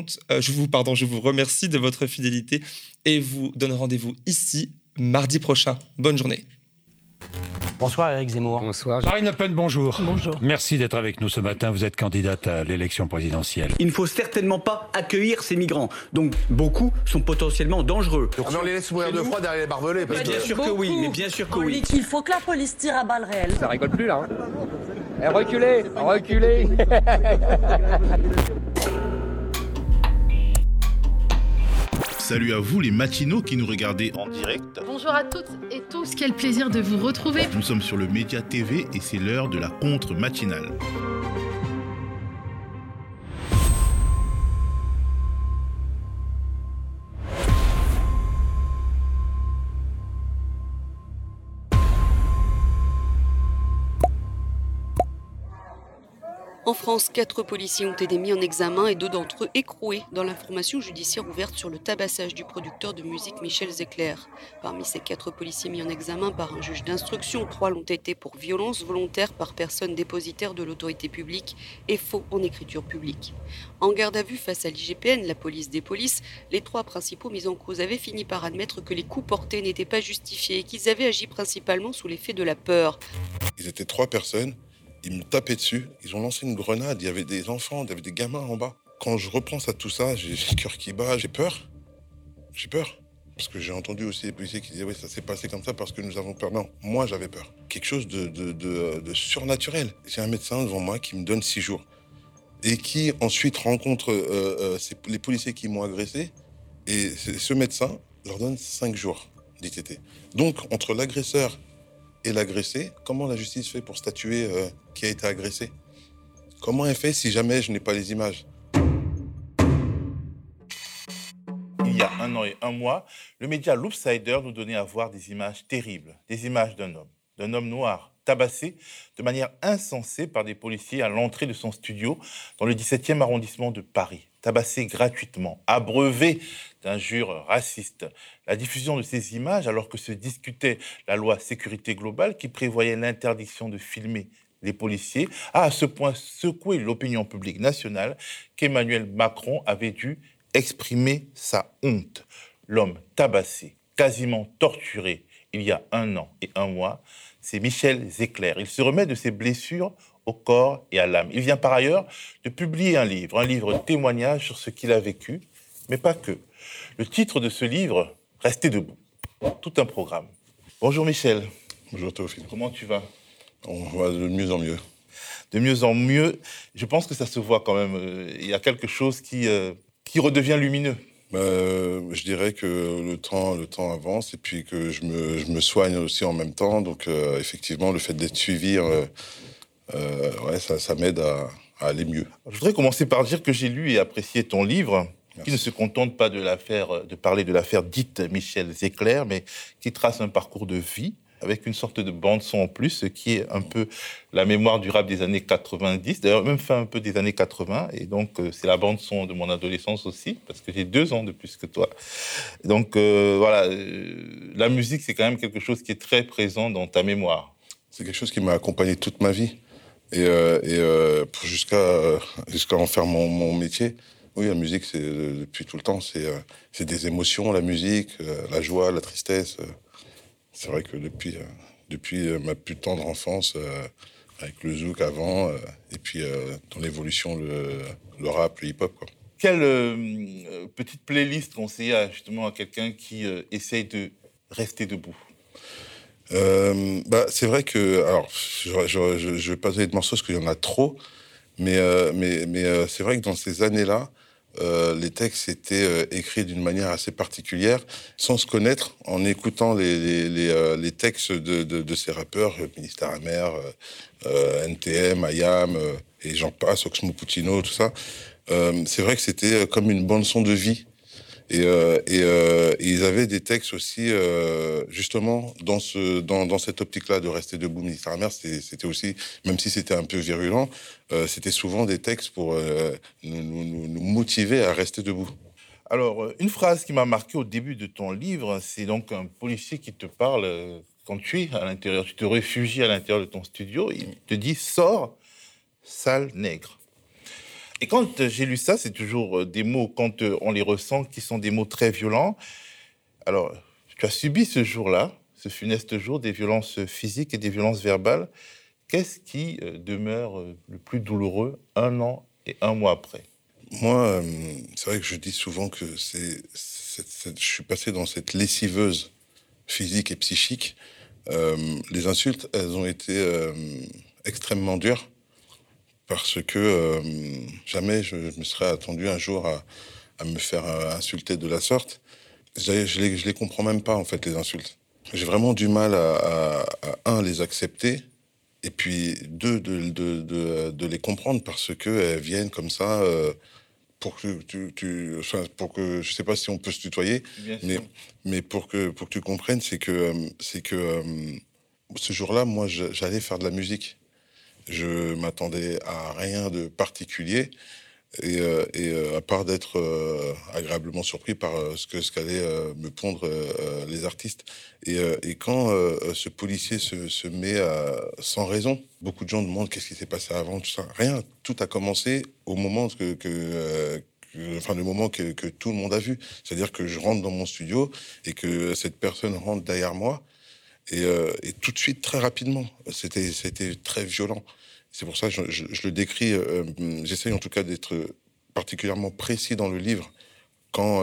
A: remercie de votre fidélité et vous donne rendez-vous ici mardi prochain. Bonne journée.
D: Bonsoir Éric Zemmour.
E: Bonsoir.
F: Marine Le Pen, bonjour.
D: Bonjour.
F: Merci d'être avec nous ce matin. Vous êtes candidate à l'élection présidentielle.
G: Il ne faut certainement pas accueillir ces migrants. Donc beaucoup sont potentiellement dangereux.
E: Ah mais on les laisse mourir de froid derrière les barbelés. Parce
G: Bien sûr que oui, mais bien sûr que oui.
H: Il faut que la police tire à balles réelles.
I: Ça rigole plus là. Reculez.
J: Salut à vous les matinaux qui nous regardez en direct.
K: Bonjour à toutes et tous, quel plaisir de vous retrouver.
J: Nous sommes sur le Média TV et c'est l'heure de la contre-matinale.
L: En France, 4 policiers ont été mis en examen et 2 d'entre eux écroués dans l'information judiciaire ouverte sur le tabassage du producteur de musique Michel Zecler. Parmi ces 4 policiers mis en examen par un juge d'instruction, 3 l'ont été pour violence volontaire par personne dépositaire de l'autorité publique et faux en écriture publique. En garde à vue face à l'IGPN, la police des polices, les 3 principaux mis en cause avaient fini par admettre que les coups portés n'étaient pas justifiés et qu'ils avaient agi principalement sous l'effet de la peur.
M: Ils étaient 3 personnes. Ils me tapaient dessus, ils ont lancé une grenade, il y avait des enfants, il y avait des gamins en bas. Quand je repense à tout ça, j'ai le cœur qui bat, j'ai peur. Parce que j'ai entendu aussi les policiers qui disaient « oui, ça s'est passé comme ça parce que nous avons peur ». Non, moi j'avais peur. Quelque chose de surnaturel. J'ai un médecin devant moi qui me donne 6 jours et qui ensuite rencontre les policiers qui m'ont agressé et ce médecin leur donne 5 jours d'ITT. Donc, entre l'agresseur et l'agressé, comment la justice fait pour statuer qui a été agressé ? Comment elle fait si jamais je n'ai pas les images ?
N: Il y a 1 an et 1 mois, le média L'Outsider nous donnait à voir des images terribles, des images d'un homme noir, tabassé de manière insensée par des policiers à l'entrée de son studio dans le 17e arrondissement de Paris. Tabassé gratuitement, abreuvé d'injures racistes. La diffusion de ces images, alors que se discutait la loi sécurité globale qui prévoyait l'interdiction de filmer les policiers, a à ce point secoué l'opinion publique nationale qu'Emmanuel Macron avait dû exprimer sa honte. L'homme tabassé, quasiment torturé il y a 1 an et 1 mois, c'est Michel Zecler. Il se remet de ses blessures au corps et à l'âme. Il vient par ailleurs de publier un livre témoignage sur ce qu'il a vécu, mais pas que. Le titre de ce livre, « Restez debout ». Tout un programme. Bonjour Michel.
M: Bonjour Théophile.
N: Comment tu vas ?
M: On va de mieux en mieux.
N: De mieux en mieux. Je pense que ça se voit quand même. Il y a quelque chose qui redevient lumineux.
M: Je dirais que le temps avance et puis que je me soigne aussi en même temps. Donc, effectivement, le fait d'être suivi, ça m'aide à aller mieux.
N: Je voudrais commencer par dire que j'ai lu et apprécié ton livre, qui ne se contente pas de parler de l'affaire dite Michel Zecler, mais qui trace un parcours de vie avec une sorte de bande-son en plus, qui est un peu la mémoire du rap des années 90, d'ailleurs même fin un peu des années 80, et donc c'est la bande-son de mon adolescence aussi, parce que j'ai 2 ans de plus que toi. Donc la musique, c'est quand même quelque chose qui est très présent dans ta mémoire.
M: C'est quelque chose qui m'a accompagné toute ma vie, jusqu'à en faire mon métier. Oui, la musique, c'est depuis tout le temps, c'est des émotions, la musique, la joie, la tristesse. C'est vrai que depuis ma plus tendre enfance, avec le zouk avant, et puis dans l'évolution, le rap, le hip-hop, quoi.
N: Quelle petite playlist conseiller justement à quelqu'un qui essaye de rester debout?
M: C'est vrai que, alors, je vais pas donner de morceaux parce qu'il y en a trop, mais c'est vrai que dans ces années-là, les textes étaient écrits d'une manière assez particulière, sans se connaître, en écoutant les textes de ces rappeurs, Ministère Amer, NTM, IAM, et j'en passe, Oxmo Puccino, tout ça. C'est vrai que c'était comme une bande-son de vie. Et ils avaient des textes aussi, justement, dans cette optique-là de rester debout. Ministère Amer, c'était aussi, même si c'était un peu virulent, c'était souvent des textes pour nous motiver à rester debout.
N: Alors, une phrase qui m'a marqué au début de ton livre, c'est donc un policier qui te parle quand tu es à l'intérieur, tu te réfugies à l'intérieur de ton studio, il te dit « Sors, sale nègre ». Et quand j'ai lu ça, c'est toujours des mots, quand on les ressent, qui sont des mots très violents. Alors, tu as subi ce jour-là, ce funeste jour, des violences physiques et des violences verbales. Qu'est-ce qui demeure le plus douloureux 1 an et 1 mois après?
M: Moi, c'est vrai que je dis souvent que je suis passé dans cette lessiveuse physique et psychique. Les insultes, elles ont été extrêmement dures. Parce que jamais je me serais attendu un jour à me faire insulter de la sorte. Je les comprends même pas, en fait, les insultes. J'ai vraiment du mal à les accepter, et puis 2, de les comprendre, parce qu'elles viennent comme ça, pour que je sais pas si on peut se tutoyer, mais pour que tu comprennes, c'est que ce jour-là, moi, j'allais faire de la musique. Je m'attendais à rien de particulier, et à part d'être agréablement surpris par ce qu'allaient me pondre les artistes. Et quand ce policier se met sans raison, beaucoup de gens demandent qu'est-ce qui s'est passé avant, tout ça. Rien, tout a commencé au moment le moment que tout le monde a vu. C'est-à-dire que je rentre dans mon studio et que cette personne rentre derrière moi. Et tout de suite, très rapidement, c'était très violent. C'est pour ça que je le décris, j'essaye en tout cas d'être particulièrement précis dans le livre. Quand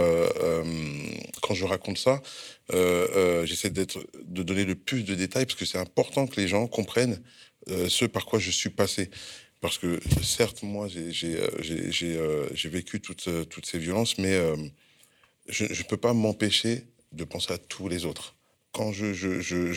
M: je raconte ça, j'essaie de donner le plus de détails, parce que c'est important que les gens comprennent ce par quoi je suis passé. Parce que certes, moi, j'ai vécu toutes ces violences, mais je ne peux pas m'empêcher de penser à tous les autres. Quand je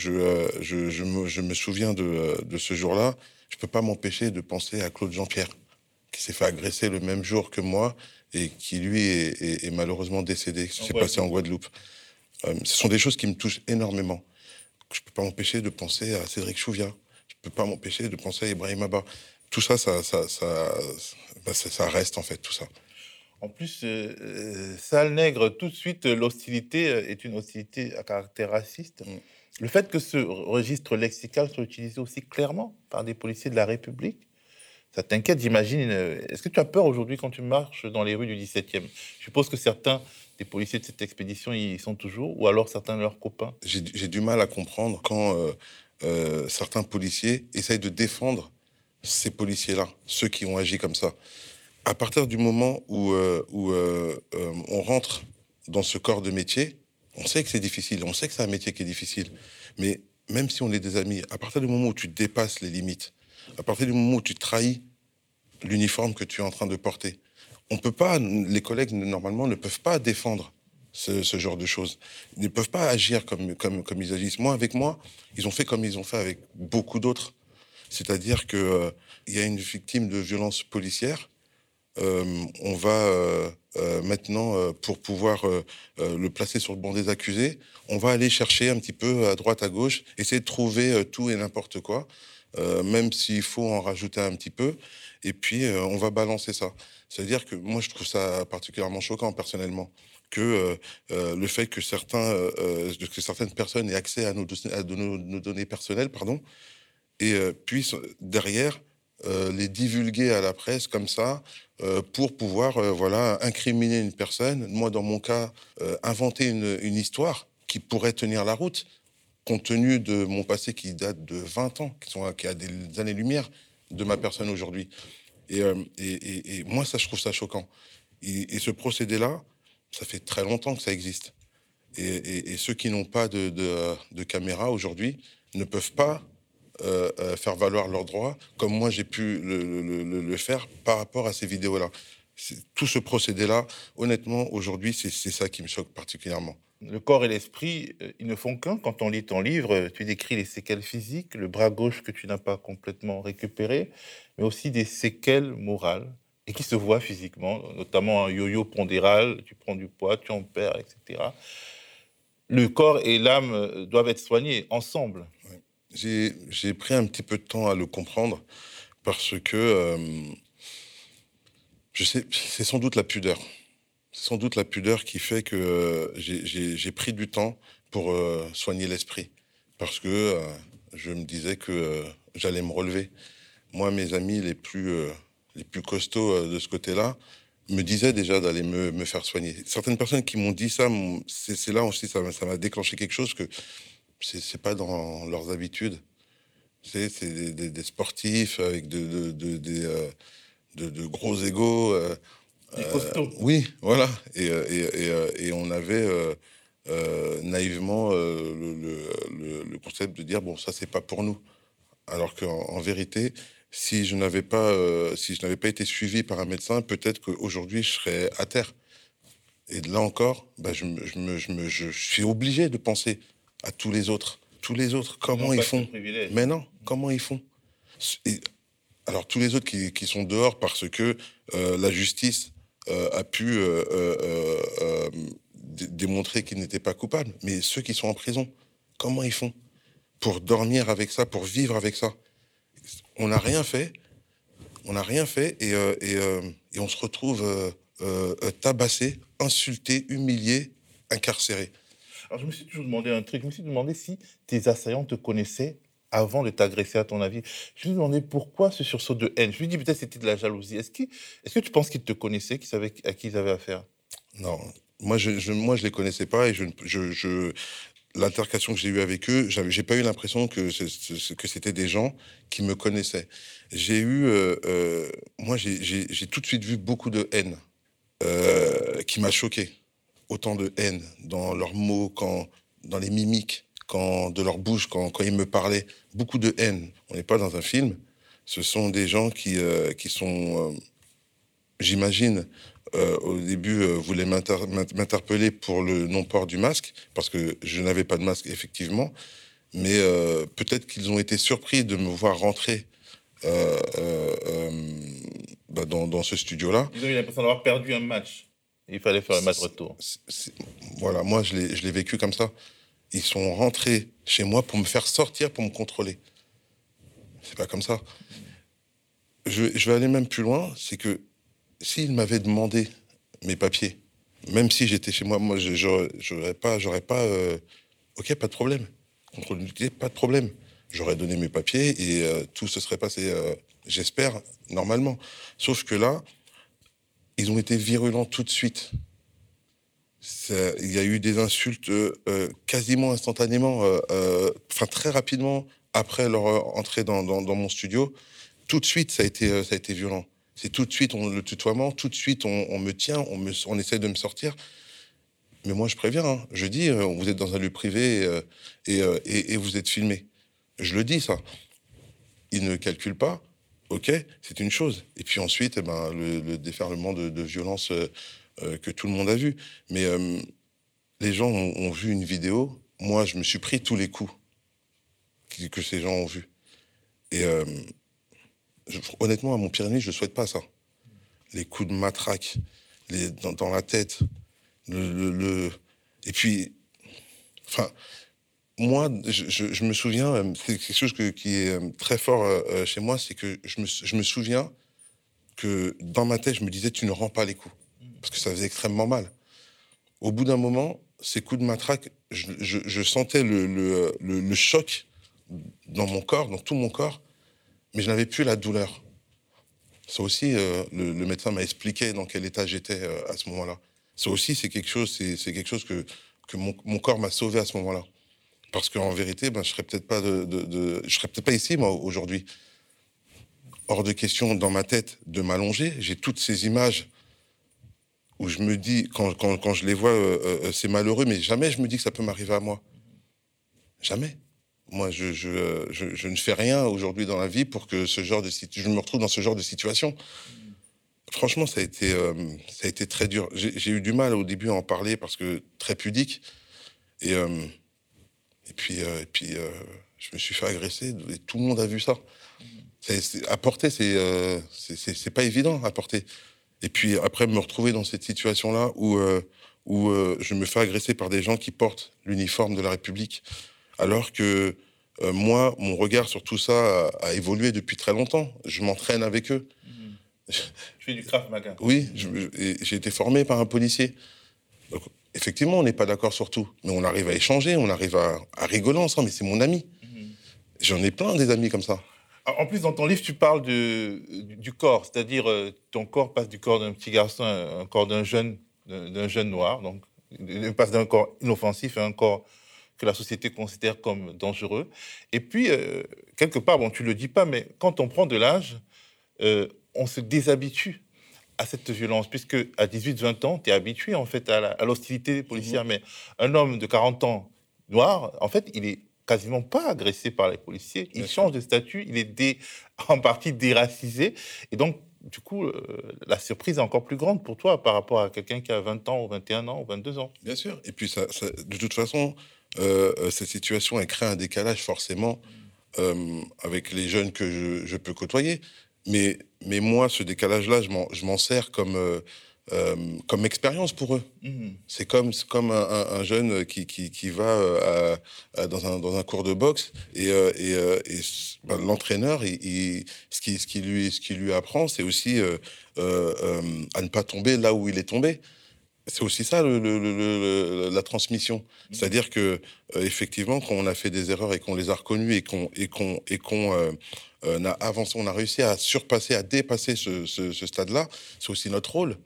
M: me souviens de ce jour-là, je ne peux pas m'empêcher de penser à Claude Jean-Pierre, qui s'est fait agresser le même jour que moi et qui, lui, est malheureusement décédé. Ça s'est passé en Guadeloupe. Ce sont des choses qui me touchent énormément. Je ne peux pas m'empêcher de penser à Cédric Chouviat. Je ne peux pas m'empêcher de penser à Ibrahim Abba. Tout ça, ça reste, en fait, tout ça.
N: En plus, sale nègre, tout de suite, l'hostilité est une hostilité à caractère raciste. Le fait que ce registre lexical soit utilisé aussi clairement par des policiers de la République, ça t'inquiète, j'imagine. Est-ce que tu as peur aujourd'hui quand tu marches dans les rues du 17e? Je suppose que certains des policiers de cette expédition y sont toujours, ou alors certains de leurs copains.
M: J'ai du mal à comprendre quand certains policiers essayent de défendre ces policiers-là, ceux qui ont agi comme ça. À partir du moment où on rentre dans ce corps de métier, on sait que c'est difficile, on sait que c'est un métier qui est difficile, mais même si on est des amis, à partir du moment où tu dépasses les limites, à partir du moment où tu trahis l'uniforme que tu es en train de porter, on peut pas, les collègues, normalement, ne peuvent pas défendre ce genre de choses. Ils ne peuvent pas agir comme ils agissent. Avec moi, ils ont fait comme ils ont fait avec beaucoup d'autres. C'est-à-dire qu'il y a une victime de violence policière. On va maintenant, pour pouvoir le placer sur le banc des accusés, on va aller chercher un petit peu à droite, à gauche, essayer de trouver tout et n'importe quoi, même s'il faut en rajouter un petit peu, et puis on va balancer ça. C'est-à-dire que moi, je trouve ça particulièrement choquant, personnellement, que le fait que certaines personnes aient accès à nos données personnelles, et puissent derrière les divulguer à la presse comme ça, pour pouvoir incriminer une personne. Moi, dans mon cas, inventer une histoire qui pourrait tenir la route, compte tenu de mon passé qui date de 20 ans, qui a des années-lumière de ma personne aujourd'hui. Et moi, ça, je trouve ça choquant. Et ce procédé-là, ça fait très longtemps que ça existe. Et ceux qui n'ont pas de caméra aujourd'hui ne peuvent pas faire valoir leurs droits, comme moi j'ai pu le faire par rapport à ces vidéos-là. Tout ce procédé-là, honnêtement, aujourd'hui, c'est ça qui me choque particulièrement.
N: Le corps et l'esprit, ils ne font qu'un. Quand on lit ton livre, tu décris les séquelles physiques, le bras gauche que tu n'as pas complètement récupéré, mais aussi des séquelles morales, et qui se voient physiquement, notamment un yo-yo pondéral, tu prends du poids, tu en perds, etc. Le corps et l'âme doivent être soignés ensemble.
M: Oui. J'ai pris un petit peu de temps à le comprendre, parce que je sais, c'est sans doute la pudeur. C'est sans doute la pudeur qui fait que j'ai pris du temps pour soigner l'esprit, parce que je me disais que j'allais me relever. Moi, mes amis les plus costauds de ce côté-là me disaient déjà d'aller me faire soigner. Certaines personnes qui m'ont dit ça, c'est là aussi, ça m'a déclenché quelque chose que c'est pas dans leurs habitudes. C'est des sportifs avec de gros égos. Oui, voilà. Et on avait naïvement le concept de dire bon, ça c'est pas pour nous. Alors qu'en vérité, si je n'avais pas été suivi par un médecin, peut-être qu'aujourd'hui je serais à terre. Et là encore, je suis obligé de penser à tous les autres. Tous les autres, comment ils font? Mais non, comment ils font? Alors tous les autres qui sont dehors parce que la justice a pu démontrer qu'ils n'étaient pas coupables. Mais ceux qui sont en prison, comment ils font pour dormir avec ça, pour vivre avec ça? On n'a rien fait. On n'a rien fait et on se retrouve tabassé, insulté, humilié, incarcéré.
N: Alors je me suis toujours demandé un truc. Je me suis demandé si tes assaillants te connaissaient avant de t'agresser, à ton avis. Je me suis demandé pourquoi ce sursaut de haine. Je me dis peut-être c'était de la jalousie. Est-ce que tu penses qu'ils te connaissaient, qu'ils savaient à qui ils avaient affaire?
M: Non, moi je les connaissais pas et l'altercation que j'ai eue avec eux, j'ai pas eu l'impression que c'était des gens qui me connaissaient. J'ai tout de suite vu beaucoup de haine qui m'a choqué. Autant de haine dans leurs mots, dans les mimiques, de leur bouche, quand ils me parlaient. Beaucoup de haine. On n'est pas dans un film. Ce sont des gens qui sont, j'imagine, au début, voulaient m'interpeller pour le non-port du masque, parce que je n'avais pas de masque, effectivement. Mais peut-être qu'ils ont été surpris de me voir rentrer dans ce studio-là.
N: Ils ont eu l'impression d'avoir perdu un match. Il fallait faire un match retour.
M: Voilà, moi, je l'ai vécu comme ça. Ils sont rentrés chez moi pour me faire sortir, pour me contrôler. C'est pas comme ça. Je vais aller même plus loin, c'est que s'ils m'avaient demandé mes papiers, même si j'étais chez moi, j'aurais pas ok, pas de problème. Contrôle d'identité, pas de problème. J'aurais donné mes papiers et tout se serait passé, j'espère, normalement. Sauf que là, ils ont été virulents tout de suite. Il y a eu des insultes quasiment instantanément, très rapidement après leur entrée dans mon studio. Tout de suite, ça a été violent. C'est tout de suite le tutoiement, tout de suite on me tient, on essaie de me sortir. Mais moi, je préviens. Hein. Je dis, vous êtes dans un lieu privé et vous êtes filmé. Je le dis, ça. Ils ne calculent pas. OK, c'est une chose. Et puis ensuite, le déferlement de violence que tout le monde a vu. Mais les gens ont vu une vidéo. Moi, je me suis pris tous les coups que ces gens ont vus. Et honnêtement, à mon pire ennemi, je ne souhaite pas ça. Les coups de matraque dans la tête. Et puis, enfin, moi, je me souviens, c'est quelque chose qui est très fort chez moi, c'est que je me souviens que dans ma tête, je me disais, tu ne rends pas les coups. Parce que ça faisait extrêmement mal. Au bout d'un moment, ces coups de matraque, je sentais le choc dans mon corps, dans tout mon corps, mais je n'avais plus la douleur. Ça aussi, le médecin m'a expliqué dans quel état j'étais à ce moment-là. Ça aussi, c'est quelque chose que mon corps m'a sauvé à ce moment-là. Parce qu'en vérité, je serais peut-être pas je serais peut-être pas ici, moi, aujourd'hui. Hors de question, dans ma tête, de m'allonger. J'ai toutes ces images où je me dis, quand je les vois, c'est malheureux, mais jamais je me dis que ça peut m'arriver à moi. Jamais. Moi, je ne fais rien aujourd'hui dans la vie pour que je me retrouve dans ce genre de situation. Franchement, ça a été très dur. J'ai eu du mal au début à en parler parce que très pudique. Et puis, je me suis fait agresser et tout le monde a vu ça. À porter, c'est pas évident à porter. Et puis après, me retrouver dans cette situation-là où je me fais agresser par des gens qui portent l'uniforme de la République, alors que moi, mon regard sur tout ça a évolué depuis très longtemps. Je m'entraîne avec eux.
N: Je fais du Krav Maga.
M: Oui, j'ai été formé par un policier. Donc, effectivement, on n'est pas d'accord sur tout, mais on arrive à échanger, on arrive à rigoler ensemble, mais c'est mon ami. J'en ai plein des amis comme ça.
N: En plus, dans ton livre, tu parles du corps, c'est-à-dire ton corps passe du corps d'un petit garçon à un corps d'un jeune noir, donc il passe d'un corps inoffensif à un corps que la société considère comme dangereux. Et puis, quelque part, bon, tu le dis pas, mais quand on prend de l'âge, on se déshabitue à cette violence, puisque à 18-20 ans, tu es habitué en fait à l'hostilité policière. Mais un homme de 40 ans noir, en fait, il est quasiment pas agressé par les policiers. Il change de statut, il est en partie déracisé. Et donc, du coup, la surprise est encore plus grande pour toi par rapport à quelqu'un qui a 20 ans, ou 21 ans, ou 22 ans.
M: Bien sûr. Et puis, de toute façon, cette situation, elle crée un décalage forcément avec les jeunes que je peux côtoyer. Mais moi, ce décalage-là, je m'en sers comme expérience pour eux. C'est comme un jeune qui va dans un cours de boxe et l'entraîneur, ce qui lui apprend, c'est aussi à ne pas tomber là où il est tombé. C'est aussi ça la transmission. C'est-à-dire que effectivement, quand on a fait des erreurs et qu'on les a reconnues et qu'on a avancé, on a réussi à surpasser, à dépasser ce stade-là, c'est aussi notre rôle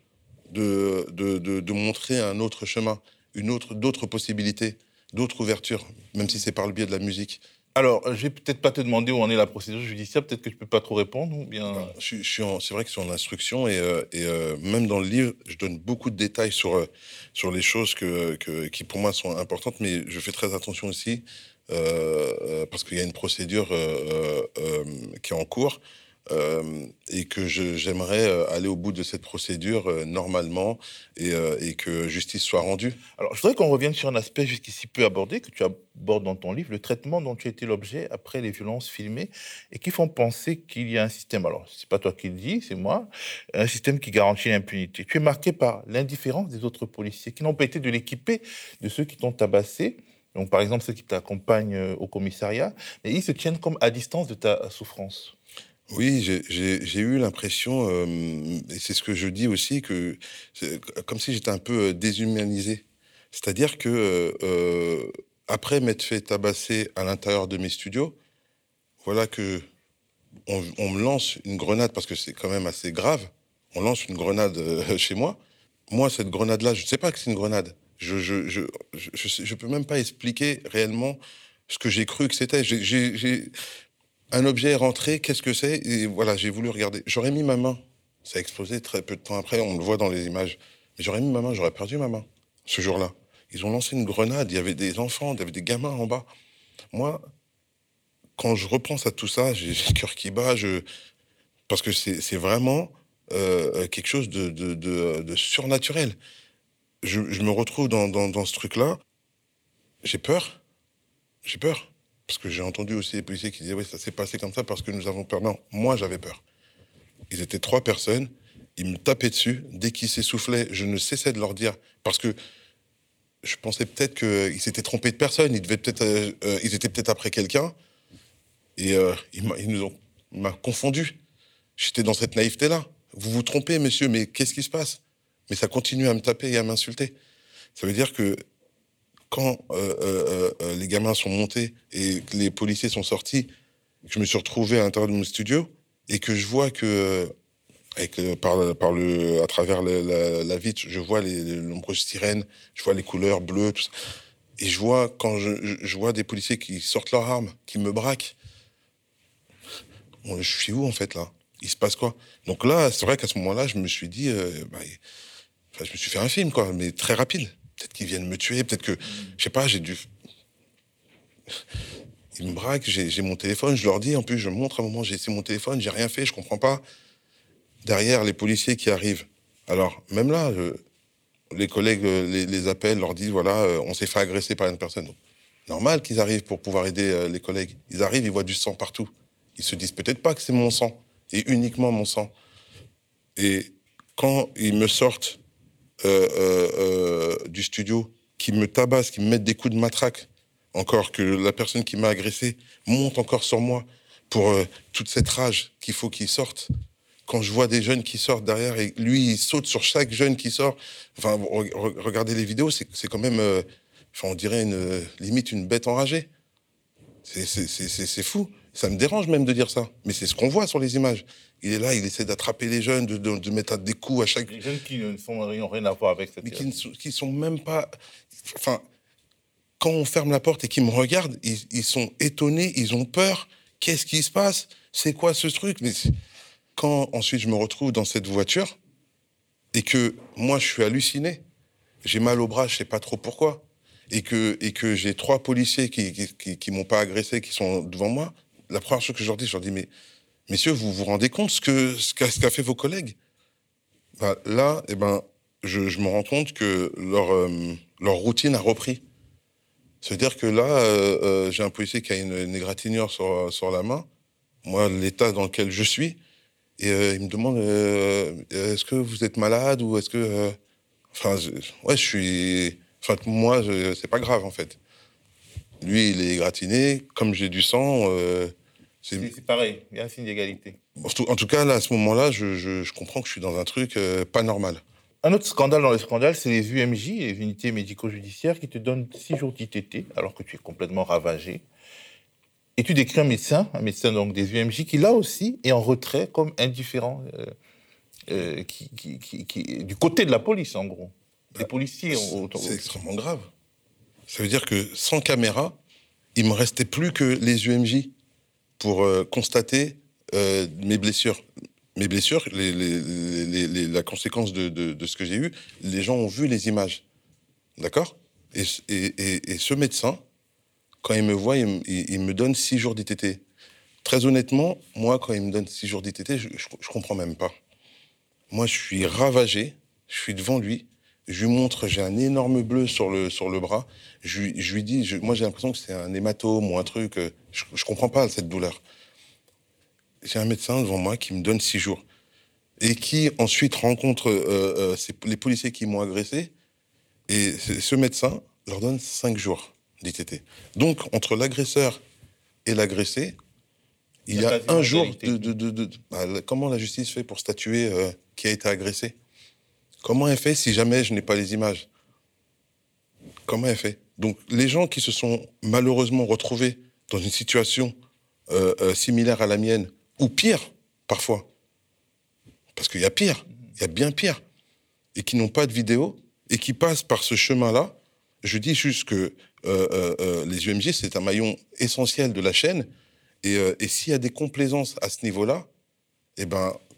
M: de montrer un autre chemin, d'autres possibilités, d'autres ouvertures, même si c'est par le biais de la musique.
N: Alors, je vais peut-être pas te demander où en est la procédure judiciaire, peut-être que tu peux pas trop répondre, ou bien...
M: C'est vrai que je suis en instruction et même dans le livre, je donne beaucoup de détails sur les choses qui pour moi sont importantes, mais je fais très attention aussi parce qu'il y a une procédure qui est en cours et que j'aimerais aller au bout de cette procédure normalement et que justice soit rendue.
N: Alors, je voudrais qu'on revienne sur un aspect jusqu'ici peu abordé, que tu abordes dans ton livre, le traitement dont tu as été l'objet après les violences filmées et qui font penser qu'il y a un système, alors c'est pas toi qui le dis, c'est moi, un système qui garantit l'impunité. Tu es marqué par l'indifférence des autres policiers qui n'ont pas été de l'équipée de ceux qui t'ont tabassé. Donc, par exemple, ceux qui t'accompagnent au commissariat, et ils se tiennent comme à distance de ta souffrance.
M: Oui, j'ai eu l'impression, et c'est ce que je dis aussi, que c'est comme si j'étais un peu déshumanisé. C'est-à-dire que après m'être fait tabasser à l'intérieur de mes studios, voilà que on me lance une grenade, parce que c'est quand même assez grave, on lance une grenade chez moi. Moi, cette grenade-là, je ne sais pas que c'est une grenade. Je peux même pas expliquer réellement ce que j'ai cru que c'était. Un objet est rentré, qu'est-ce que c'est? Et voilà, j'ai voulu regarder. J'aurais mis ma main. Ça a explosé très peu de temps après, on le voit dans les images. Mais j'aurais mis ma main, j'aurais perdu ma main ce jour-là. Ils ont lancé une grenade, il y avait des enfants, il y avait des gamins en bas. Moi, quand je repense à tout ça, j'ai le cœur qui bat, parce que c'est vraiment quelque chose de surnaturel. Je me retrouve dans ce truc-là. J'ai peur. Parce que j'ai entendu aussi les policiers qui disaient « Oui, ça s'est passé comme ça parce que nous avons peur. » Non, moi, j'avais peur. Ils étaient 3 personnes. Ils me tapaient dessus. Dès qu'ils s'essoufflaient, je ne cessais de leur dire... Parce que je pensais peut-être qu'ils s'étaient trompés de personne. Ils étaient peut-être après quelqu'un. Et il m'a confondu. J'étais dans cette naïveté-là. Vous vous trompez, monsieur, mais qu'est-ce qui se passe? Mais ça continue à me taper et à m'insulter. Ça veut dire que quand les gamins sont montés et que les policiers sont sortis, que je me suis retrouvé à l'intérieur de mon studio et que je vois que, à travers la vitre, je vois les nombreuses sirènes, je vois les couleurs bleues, tout ça. Et je vois, quand je vois des policiers qui sortent leurs armes, qui me braquent, je suis où en fait là? Il se passe quoi? Donc là, c'est vrai qu'à ce moment-là, je me suis dit, je me suis fait un film, quoi, mais très rapide. Peut-être qu'ils viennent me tuer, peut-être que, je sais pas, ils me braquent, j'ai mon téléphone, je leur dis, en plus, je montre à un moment, c'est mon téléphone, j'ai rien fait, je comprends pas. Derrière, les policiers qui arrivent. Alors, même là, les collègues les appellent, leur disent, voilà, on s'est fait agresser par une personne. Donc, normal qu'ils arrivent pour pouvoir aider les collègues. Ils arrivent, ils voient du sang partout. Ils se disent peut-être pas que c'est mon sang, et uniquement mon sang. Et quand ils me sortent du studio, qu'ils me tabassent, qu'ils me mettent des coups de matraque, encore que la personne qui m'a agressé monte encore sur moi pour toute cette rage qu'il faut qu'il sorte. Quand je vois des jeunes qui sortent derrière et lui, il saute sur chaque jeune qui sort. Enfin, regardez les vidéos, c'est quand même, on dirait limite une bête enragée. C'est fou. Ça me dérange même de dire ça. Mais c'est ce qu'on voit sur les images. Il est là, il essaie d'attraper les jeunes, de mettre des coups à chaque...
N: Les jeunes qui n'ont rien à voir avec cette...
M: Mais qui sont même pas... Enfin, quand on ferme la porte et qu'ils me regardent, ils sont étonnés, ils ont peur. Qu'est-ce qui se passe? C'est quoi ce truc? Mais quand ensuite je me retrouve dans cette voiture et que moi je suis halluciné, j'ai mal au bras, je sais pas trop pourquoi, et que j'ai 3 policiers qui m'ont pas agressé, qui sont devant moi, la première chose que je leur dis, mais messieurs, vous vous rendez compte ce qu'a fait vos collègues? Là, je me rends compte que leur routine a repris. C'est-à-dire que là, j'ai un policier qui a une égratignure sur la main, moi, l'état dans lequel je suis, et il me demande est-ce que vous êtes malade ou est-ce que... je suis... moi, c'est pas grave, en fait. Lui, il est égratigné, comme j'ai du sang...
N: c'est pareil, il y a un signe d'égalité.
M: En tout cas, là, à ce moment-là, je comprends que je suis dans un truc pas normal.
N: Un autre scandale dans le scandale, c'est les UMJ, les unités médico-judiciaires, qui te donnent 6 jours d'ITT, alors que tu es complètement ravagé. Et tu décris un médecin donc des UMJ, qui là aussi est en retrait, comme indifférent, qui du côté de la police, en gros. Les policiers...
M: C'est extrêmement grave. Ça veut dire que sans caméra, il me restait plus que les UMJ pour constater mes blessures. Mes blessures, la conséquence de ce que j'ai eu, les gens ont vu les images. D'accord? Et ce médecin, quand il me voit, il me donne 6 jours d'ITT. Très honnêtement, moi, quand il me donne 6 jours d'ITT, je comprends même pas. Moi, je suis ravagé, je suis devant lui, je lui montre, j'ai un énorme bleu sur le bras, je lui dis, moi j'ai l'impression que c'est un hématome ou un truc, je comprends pas cette douleur. J'ai un médecin devant moi qui me donne 6 jours et qui ensuite rencontre les policiers qui m'ont agressé, et ce médecin leur donne 5 jours d'ITT. Donc, entre l'agresseur et l'agressé, il y a un jour comment la justice fait pour statuer qui a été agressé? Comment elle fait si jamais je n'ai pas les images? Comment elle fait? Donc, les gens qui se sont malheureusement retrouvés dans une situation similaire à la mienne, ou pire, parfois, parce qu'il y a pire, il y a bien pire, et qui n'ont pas de vidéo, et qui passent par ce chemin-là, je dis juste que les UMJ, c'est un maillon essentiel de la chaîne, et s'il y a des complaisances à ce niveau-là,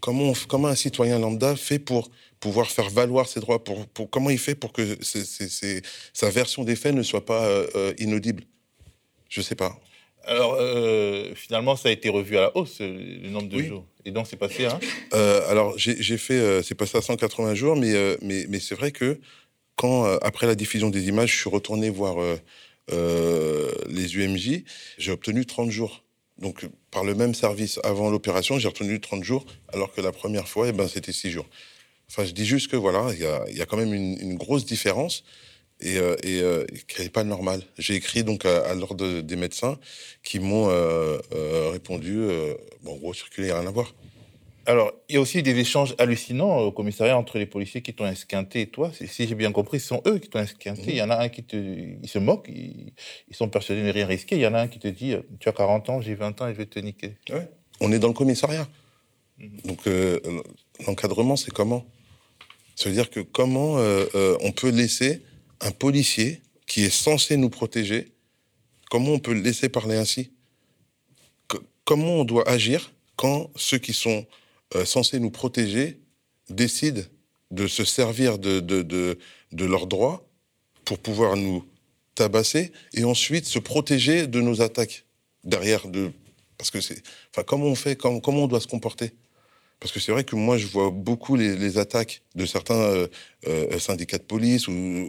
M: comment un citoyen lambda fait pour pouvoir faire valoir ses droits, comment il fait pour que sa version des faits ne soit pas inaudible? Je ne sais pas.
N: Alors, finalement, ça a été revu à la hausse, le nombre de jours. Et donc, c'est passé à...
M: Alors, j'ai fait... c'est passé à 180 jours, mais c'est vrai que quand, après la diffusion des images, je suis retourné voir les UMJ, j'ai obtenu 30 jours. Donc, par le même service avant l'opération, j'ai obtenu 30 jours, alors que la première fois, c'était 6 jours. Enfin, je dis juste que, voilà, il y a quand même une grosse différence et qui n'est pas normale. J'ai écrit donc à l'ordre des médecins qui m'ont répondu, en gros, circuler, il n'y a rien à voir.
N: Alors, il y a aussi des échanges hallucinants au commissariat entre les policiers qui t'ont esquinté et toi. Si j'ai bien compris, ce sont eux qui t'ont esquinté. Il y en a un qui se moque, ils sont persuadés de ne rien risquer. Il y en a un qui te dit « Tu as 40 ans, j'ai 20 ans et je vais te niquer. »
M: Ouais. On est dans le commissariat. Donc, l'encadrement, c'est comment? C'est-à-dire que comment on peut laisser un policier qui est censé nous protéger, comment on peut le laisser parler ainsi? Comment on doit agir quand ceux qui sont censés nous protéger décident de se servir de leurs droits pour pouvoir nous tabasser et ensuite se protéger de nos attaques derrière parce que comment on fait, comment on doit se comporter? Parce que c'est vrai que moi, je vois beaucoup les attaques de certains syndicats de police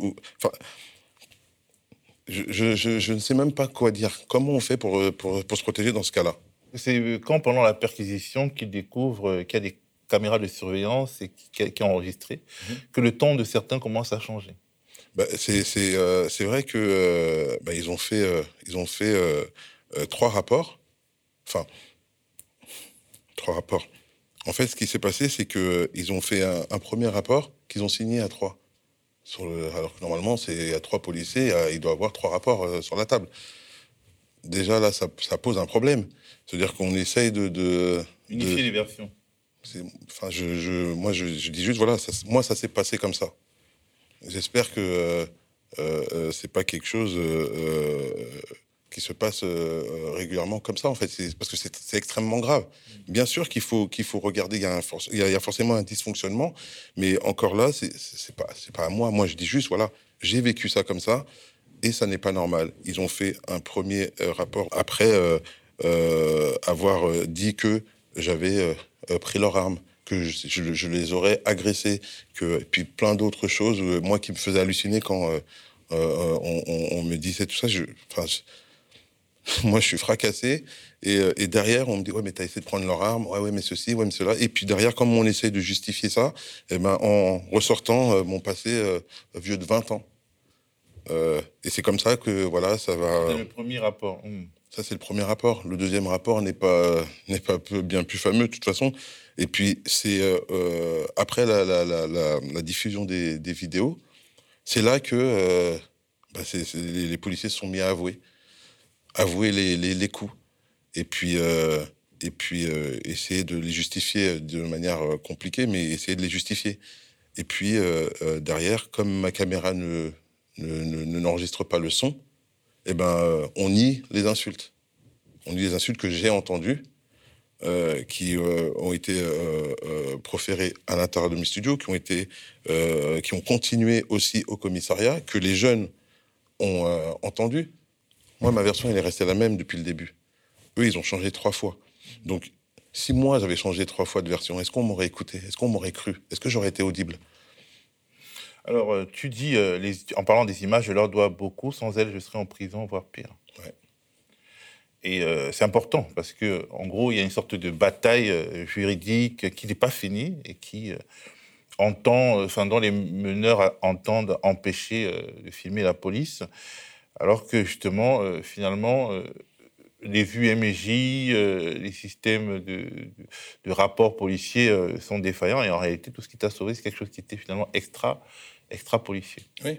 M: je ne sais même pas quoi dire. Comment on fait pour se protéger dans ce cas-là?
N: C'est quand, pendant la perquisition, qu'ils découvrent qu'il y a des caméras de surveillance et qui ont enregistré, que le ton de certains commence à changer.
M: C'est vrai que ils ont fait 3 rapports. Enfin, 3 rapports. En fait, ce qui s'est passé, c'est qu'ils ont fait un premier rapport qu'ils ont signé à 3. Alors que normalement, c'est à 3 policiers, il doit y avoir 3 rapports sur la table. Déjà, là, ça pose un problème. C'est-à-dire qu'on essaye
N: unifier les versions.
M: Moi, je dis juste, voilà, moi, ça s'est passé comme ça. J'espère que c'est pas quelque chose qui se passe régulièrement comme ça, en fait. Parce que c'est extrêmement grave. Bien sûr qu'il faut regarder, il y a forcément un dysfonctionnement, mais encore là, c'est pas à moi. Moi, je dis juste, voilà, j'ai vécu ça comme ça, et ça n'est pas normal. Ils ont fait un premier rapport après avoir dit que j'avais pris leur arme, que je les aurais agressés, et puis plein d'autres choses, moi qui me faisais halluciner quand on me disait tout ça. Moi, je suis fracassé, et derrière, on me dit « Ouais, mais t'as essayé de prendre leur arme, ouais, mais ceci, ouais, mais cela. » Et puis derrière, comme on essaie de justifier ça, en ressortant mon passé vieux de 20 ans. Et c'est comme ça que, voilà, ça va...
N: C'est le premier rapport.
M: Ça, c'est le premier rapport. Le deuxième rapport n'est pas bien plus fameux, de toute façon. Et puis, c'est après la diffusion des vidéos, c'est là que les policiers se sont mis à avouer les coups. Et puis essayer de les justifier de manière compliquée, mais essayer de les justifier. Et puis, derrière, comme ma caméra n'enregistre pas le son, on nie les insultes. On nie les insultes que j'ai entendues, qui ont été proférées à l'intérieur de mes studios, qui ont continué aussi au commissariat, que les jeunes ont entendues. Moi, ma version, elle est restée la même depuis le début. Eux, ils ont changé 3 fois. Donc, si moi, j'avais changé 3 fois de version, est-ce qu'on m'aurait écouté? Est-ce qu'on m'aurait cru? Est-ce que j'aurais été audible?
N: Alors, tu dis, en parlant des images, je leur dois beaucoup. Sans elles, je serais en prison, voire pire.
M: Ouais.
N: Et c'est important, parce que, en gros, il y a une sorte de bataille juridique qui n'est pas finie et qui dont les meneurs entendent empêcher de filmer la police, alors que, justement, finalement, les UMJ, les systèmes de rapports policiers sont défaillants, et en réalité, tout ce qui t'a sauvé, c'est quelque chose qui était finalement extra-policier.
M: Oui.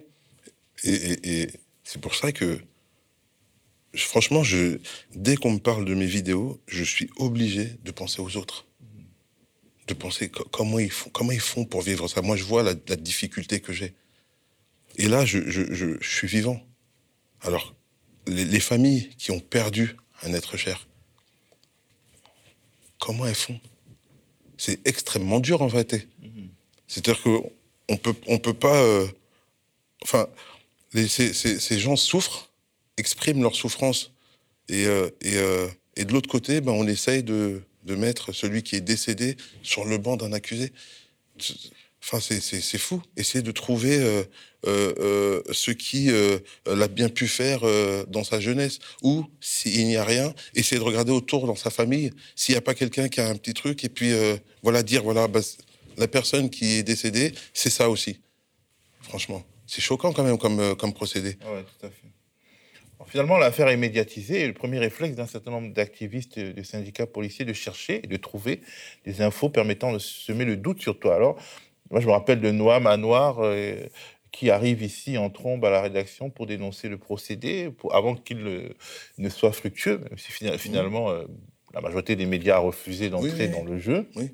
M: Et c'est pour ça que, franchement, dès qu'on me parle de mes vidéos, je suis obligé de penser aux autres. De penser comment ils font pour vivre ça. Moi, je vois la difficulté que j'ai. Et là, je suis vivant. Alors, les familles qui ont perdu un être cher, comment elles font? c'est extrêmement dur en vérité. C'est-à-dire qu'on peut pas... ces gens souffrent, expriment leur souffrance. Et de l'autre côté, on essaye de mettre celui qui est décédé sur le banc d'un accusé. Enfin, c'est fou. Essayer de trouver ce qui l'a bien pu faire dans sa jeunesse. Ou, s'il n'y a rien, essayer de regarder autour dans sa famille, s'il n'y a pas quelqu'un qui a un petit truc, et puis dire, la personne qui est décédée, c'est ça aussi. Franchement, c'est choquant quand même comme procédé.
N: Oui, tout à fait. Alors, finalement, l'affaire est médiatisée et le premier réflexe d'un certain nombre d'activistes de syndicats policiers de chercher et de trouver des infos permettant de semer le doute sur toi. Alors, moi, je me rappelle de Noam Anwar qui arrive ici en trombe à la rédaction pour dénoncer le procédé, avant qu'il ne soit fructueux, même si finalement, la majorité des médias a refusé d'entrer dans le jeu.
M: Oui.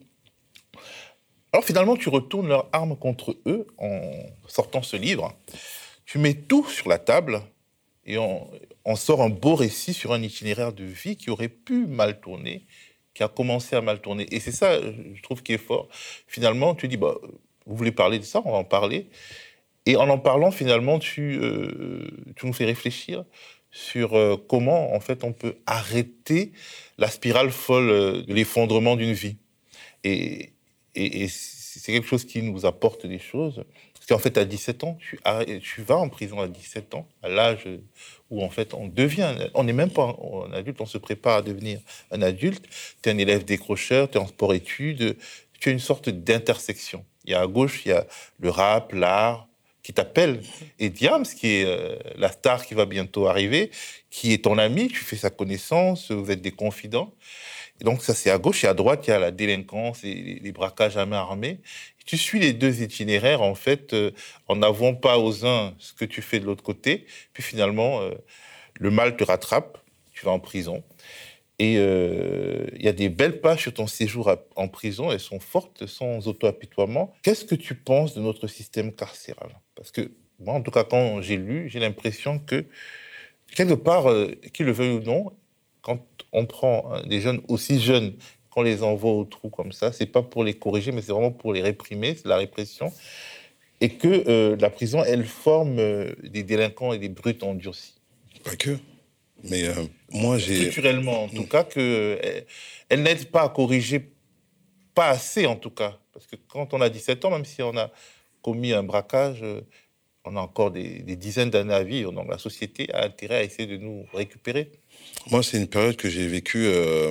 N: Alors finalement, tu retournes leur arme contre eux en sortant ce livre. Tu mets tout sur la table et on sort un beau récit sur un itinéraire de vie qui aurait pu mal tourner, qui a commencé à mal tourner. Et c'est ça, je trouve, qui est fort. Finalement, tu dis, vous voulez parler de ça, on va en parler. Et en parlant, finalement, tu nous fais réfléchir sur comment, en fait, on peut arrêter la spirale folle de l'effondrement d'une vie. Et c'est quelque chose qui nous apporte des choses. Parce qu'en fait, à 17 ans, tu vas en prison à 17 ans, à l'âge où, en fait, on n'est même pas un adulte, on se prépare à devenir un adulte. Tu es un élève décrocheur, tu es en sport-études, tu as une sorte d'intersection. Il y a à gauche, il y a le rap, l'art, qui t'appelle, et Diams, qui est la star qui va bientôt arriver, qui est ton ami, tu fais sa connaissance, vous êtes des confidents. Et donc ça, c'est à gauche, et à droite, il y a la délinquance et les braquages à main armée. Et tu suis les deux itinéraires, en fait, en n'avouant pas aux uns ce que tu fais de l'autre côté, puis finalement, le mal te rattrape, tu vas en prison. Et il y a des belles pages sur ton séjour en prison, elles sont fortes, sans auto-apitoiement. Qu'est-ce que tu penses de notre système carcéral ? Parce que moi, en tout cas, quand j'ai lu, j'ai l'impression que, quelque part, qu'ils le veuillent ou non, quand on prend des jeunes aussi jeunes, qu'on les envoie au trou comme ça, c'est pas pour les corriger, mais c'est vraiment pour les réprimer, c'est la répression. Et que la prison, elle forme des délinquants et des brutes endurcis.
M: Pas que. Mais moi, j'ai...
N: Structurellement, en tout cas, elle n'aide pas à corriger, pas assez, en tout cas. Parce que quand on a 17 ans, même si on a commis un braquage, on a encore des dizaines d'années à vivre. Donc la société a intérêt à essayer de nous récupérer.
M: Moi, c'est une période que j'ai vécue...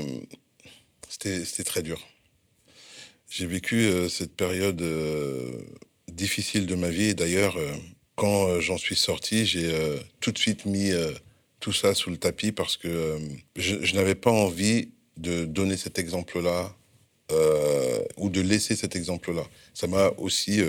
M: C'était très dur. J'ai vécu cette période difficile de ma vie. Et d'ailleurs, quand j'en suis sorti, j'ai tout de suite mis... tout ça sous le tapis parce que je n'avais pas envie de donner cet exemple-là ou de laisser cet exemple-là. Ça m'a aussi...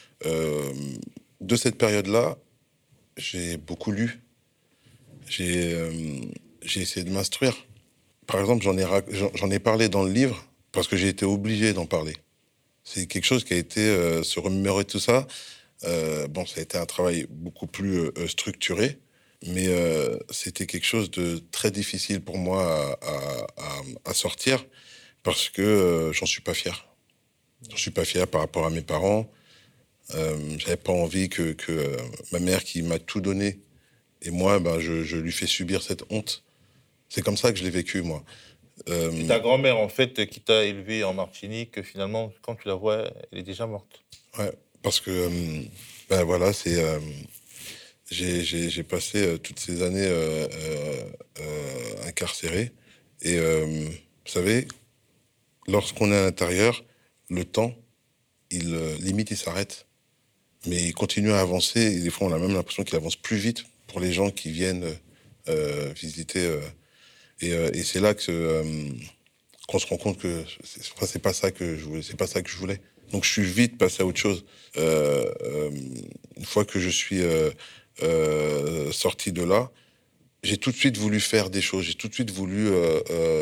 M: de cette période-là, j'ai beaucoup lu. J'ai essayé de m'instruire. Par exemple, j'en ai parlé dans le livre parce que j'ai été obligé d'en parler. C'est quelque chose qui a été... se remémorer tout ça. Ça a été un travail beaucoup plus structuré. Mais c'était quelque chose de très difficile pour moi à sortir parce que j'en suis pas fier. J'en suis pas fier par rapport à mes parents. J'avais pas envie que ma mère qui m'a tout donné et moi, je lui fais subir cette honte. C'est comme ça que je l'ai vécu, moi.
N: C'est ta grand-mère, en fait, qui t'a élevé en Martinique. Finalement, quand tu la vois, elle est déjà morte.
M: Ouais, parce que, voilà, c'est... J'ai passé toutes ces années incarcéré. Et vous savez, lorsqu'on est à l'intérieur, le temps, limite, il s'arrête. Mais il continue à avancer. Et des fois, on a même l'impression qu'il avance plus vite pour les gens qui viennent visiter. Et c'est là qu'on se rend compte que c'est pas ça que je voulais. C'est pas ça que je voulais. Donc, je suis vite passé à autre chose. Une fois que je suis... sorti de là, j'ai tout de suite voulu faire des choses, j'ai tout de suite voulu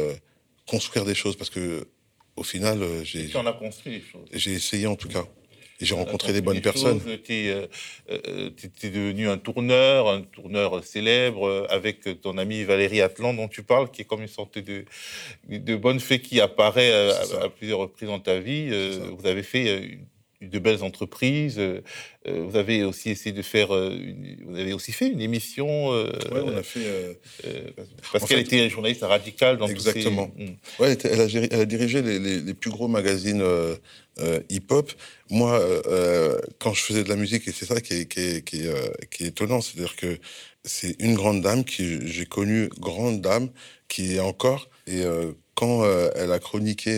M: construire des choses parce que au final,
N: tu en as construit des choses.
M: J'ai essayé en tout cas. Et j'ai rencontré des bonnes personnes.
N: Tu es devenu un tourneur célèbre, avec ton amie Valérie Atlan, dont tu parles, qui est comme une sorte de bonne fée qui apparaît à plusieurs reprises dans ta vie. Vous avez fait de belles entreprises. Vous avez aussi essayé de faire... vous avez aussi fait une émission...
M: Oui, on a fait...
N: parce qu'elle était journaliste radicale dans
M: exactement.
N: tous ces...
M: Ouais, elle a dirigé les plus gros magazines hip-hop. Moi, quand je faisais de la musique, et c'est ça qui est étonnant, c'est-à-dire que c'est une grande dame, j'ai connu grande dame, qui est encore... Et quand elle a chroniqué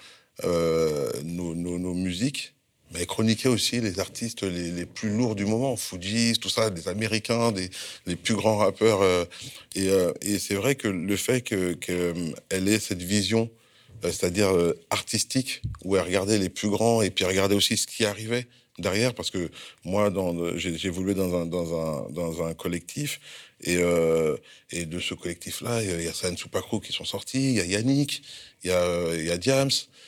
M: nos musiques, mais elle chroniquait aussi les artistes les plus lourds du moment, Fujis, tout ça, des Américains, les plus grands rappeurs. Et c'est vrai que le fait qu'elle ait cette vision, c'est-à-dire artistique, où elle regardait les plus grands et puis elle regardait aussi ce qui arrivait derrière, parce que moi, j'ai évolué dans un collectif, et de ce collectif-là, il y a San Supakro qui sont sortis, il y a Yannick, il y a Diams,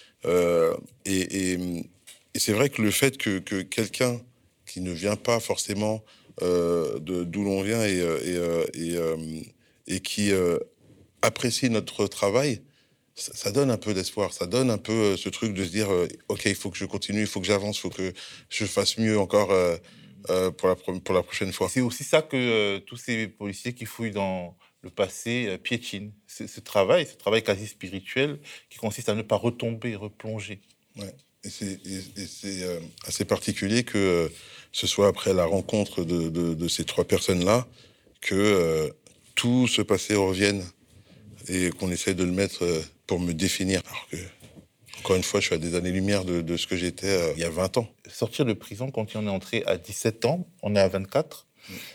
M: et c'est vrai que le fait que quelqu'un qui ne vient pas forcément d'où l'on vient et qui apprécie notre travail, ça donne un peu d'espoir, ça donne un peu ce truc de se dire ok, il faut que je continue, il faut que j'avance, il faut que je fasse mieux encore pour la prochaine fois.
N: C'est aussi ça que tous ces policiers qui fouillent dans le passé piétinent. Ce travail quasi spirituel qui consiste à ne pas retomber, replonger.
M: Ouais. Et c'est assez particulier que ce soit après la rencontre de ces trois personnes-là que tout ce passé revienne et qu'on essaie de le mettre pour me définir. Alors que, encore une fois, je suis à des années-lumière de ce que j'étais il y a 20 ans.
N: Sortir de prison quand on est entré à 17 ans, on est à 24.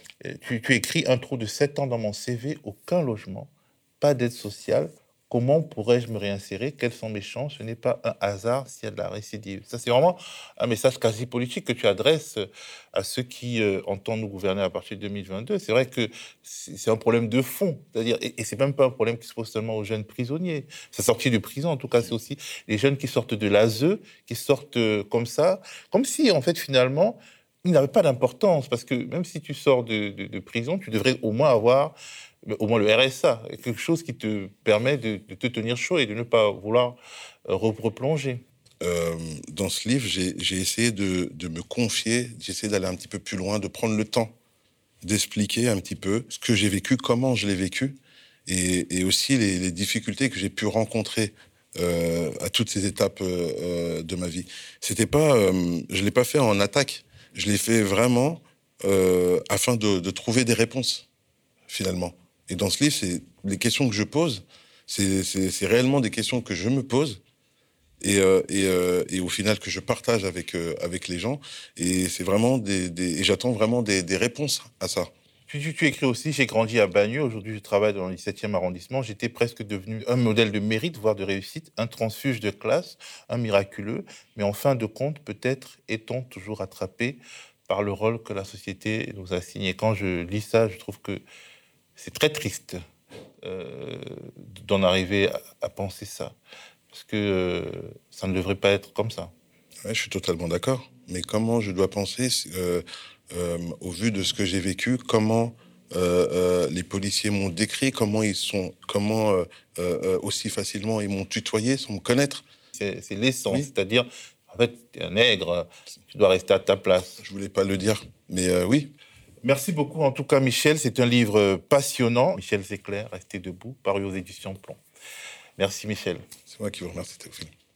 N: Tu écris un trou de 7 ans dans mon CV, aucun logement, pas d'aide sociale. Comment pourrais-je me réinsérer? Quelles sont mes chances? Ce n'est pas un hasard s'il y a de la récidive. Ça, c'est vraiment un message quasi politique que tu adresses à ceux qui entendent nous gouverner à partir de 2022. C'est vrai que c'est un problème de fond. C'est-à-dire, et c'est même pas un problème qui se pose seulement aux jeunes prisonniers. Ça sortit de prison, en tout cas, c'est aussi les jeunes qui sortent de l'ASE, qui sortent comme ça, comme si, en fait, finalement, ils n'avaient pas d'importance. Parce que même si tu sors de prison, tu devrais au moins avoir... au moins le RSA, quelque chose qui te permet de te tenir chaud et de ne pas vouloir replonger.
M: Dans ce livre, j'ai essayé de me confier, j'ai essayé d'aller un petit peu plus loin, de prendre le temps d'expliquer un petit peu ce que j'ai vécu, comment je l'ai vécu, et aussi les difficultés que j'ai pu rencontrer à toutes ces étapes de ma vie. C'était pas, je l'ai pas fait en attaque, je l'ai fait vraiment afin de trouver des réponses, finalement. Et dans ce livre, c'est les questions que je pose, c'est réellement des questions que je me pose et au final que je partage avec les gens. Et c'est vraiment et j'attends vraiment des réponses à ça.
N: Tu écris aussi, j'ai grandi à Bagneux, aujourd'hui je travaille dans le 17e arrondissement, j'étais presque devenu un modèle de mérite, voire de réussite, un transfuge de classe, un miraculeux, mais en fin de compte, peut-être est-on toujours attrapé par le rôle que la société nous a assigné. Quand je lis ça, je trouve que c'est très triste d'en arriver à penser ça. Parce que ça ne devrait pas être comme ça.
M: Ouais, je suis totalement d'accord. Mais comment je dois penser, au vu de ce que j'ai vécu, comment les policiers m'ont décrit, comment aussi facilement ils m'ont tutoyé sans me connaître.
N: C'est l'essence, oui. C'est-à-dire, en fait, t'es un nègre, tu dois rester à ta place.
M: Je voulais pas le dire, mais oui.
N: Merci beaucoup, en tout cas, Michel. C'est un livre passionnant. Michel Zecler, Restez debout, paru aux éditions Plomb. Merci, Michel.
M: C'est moi qui vous remercie, Théophile.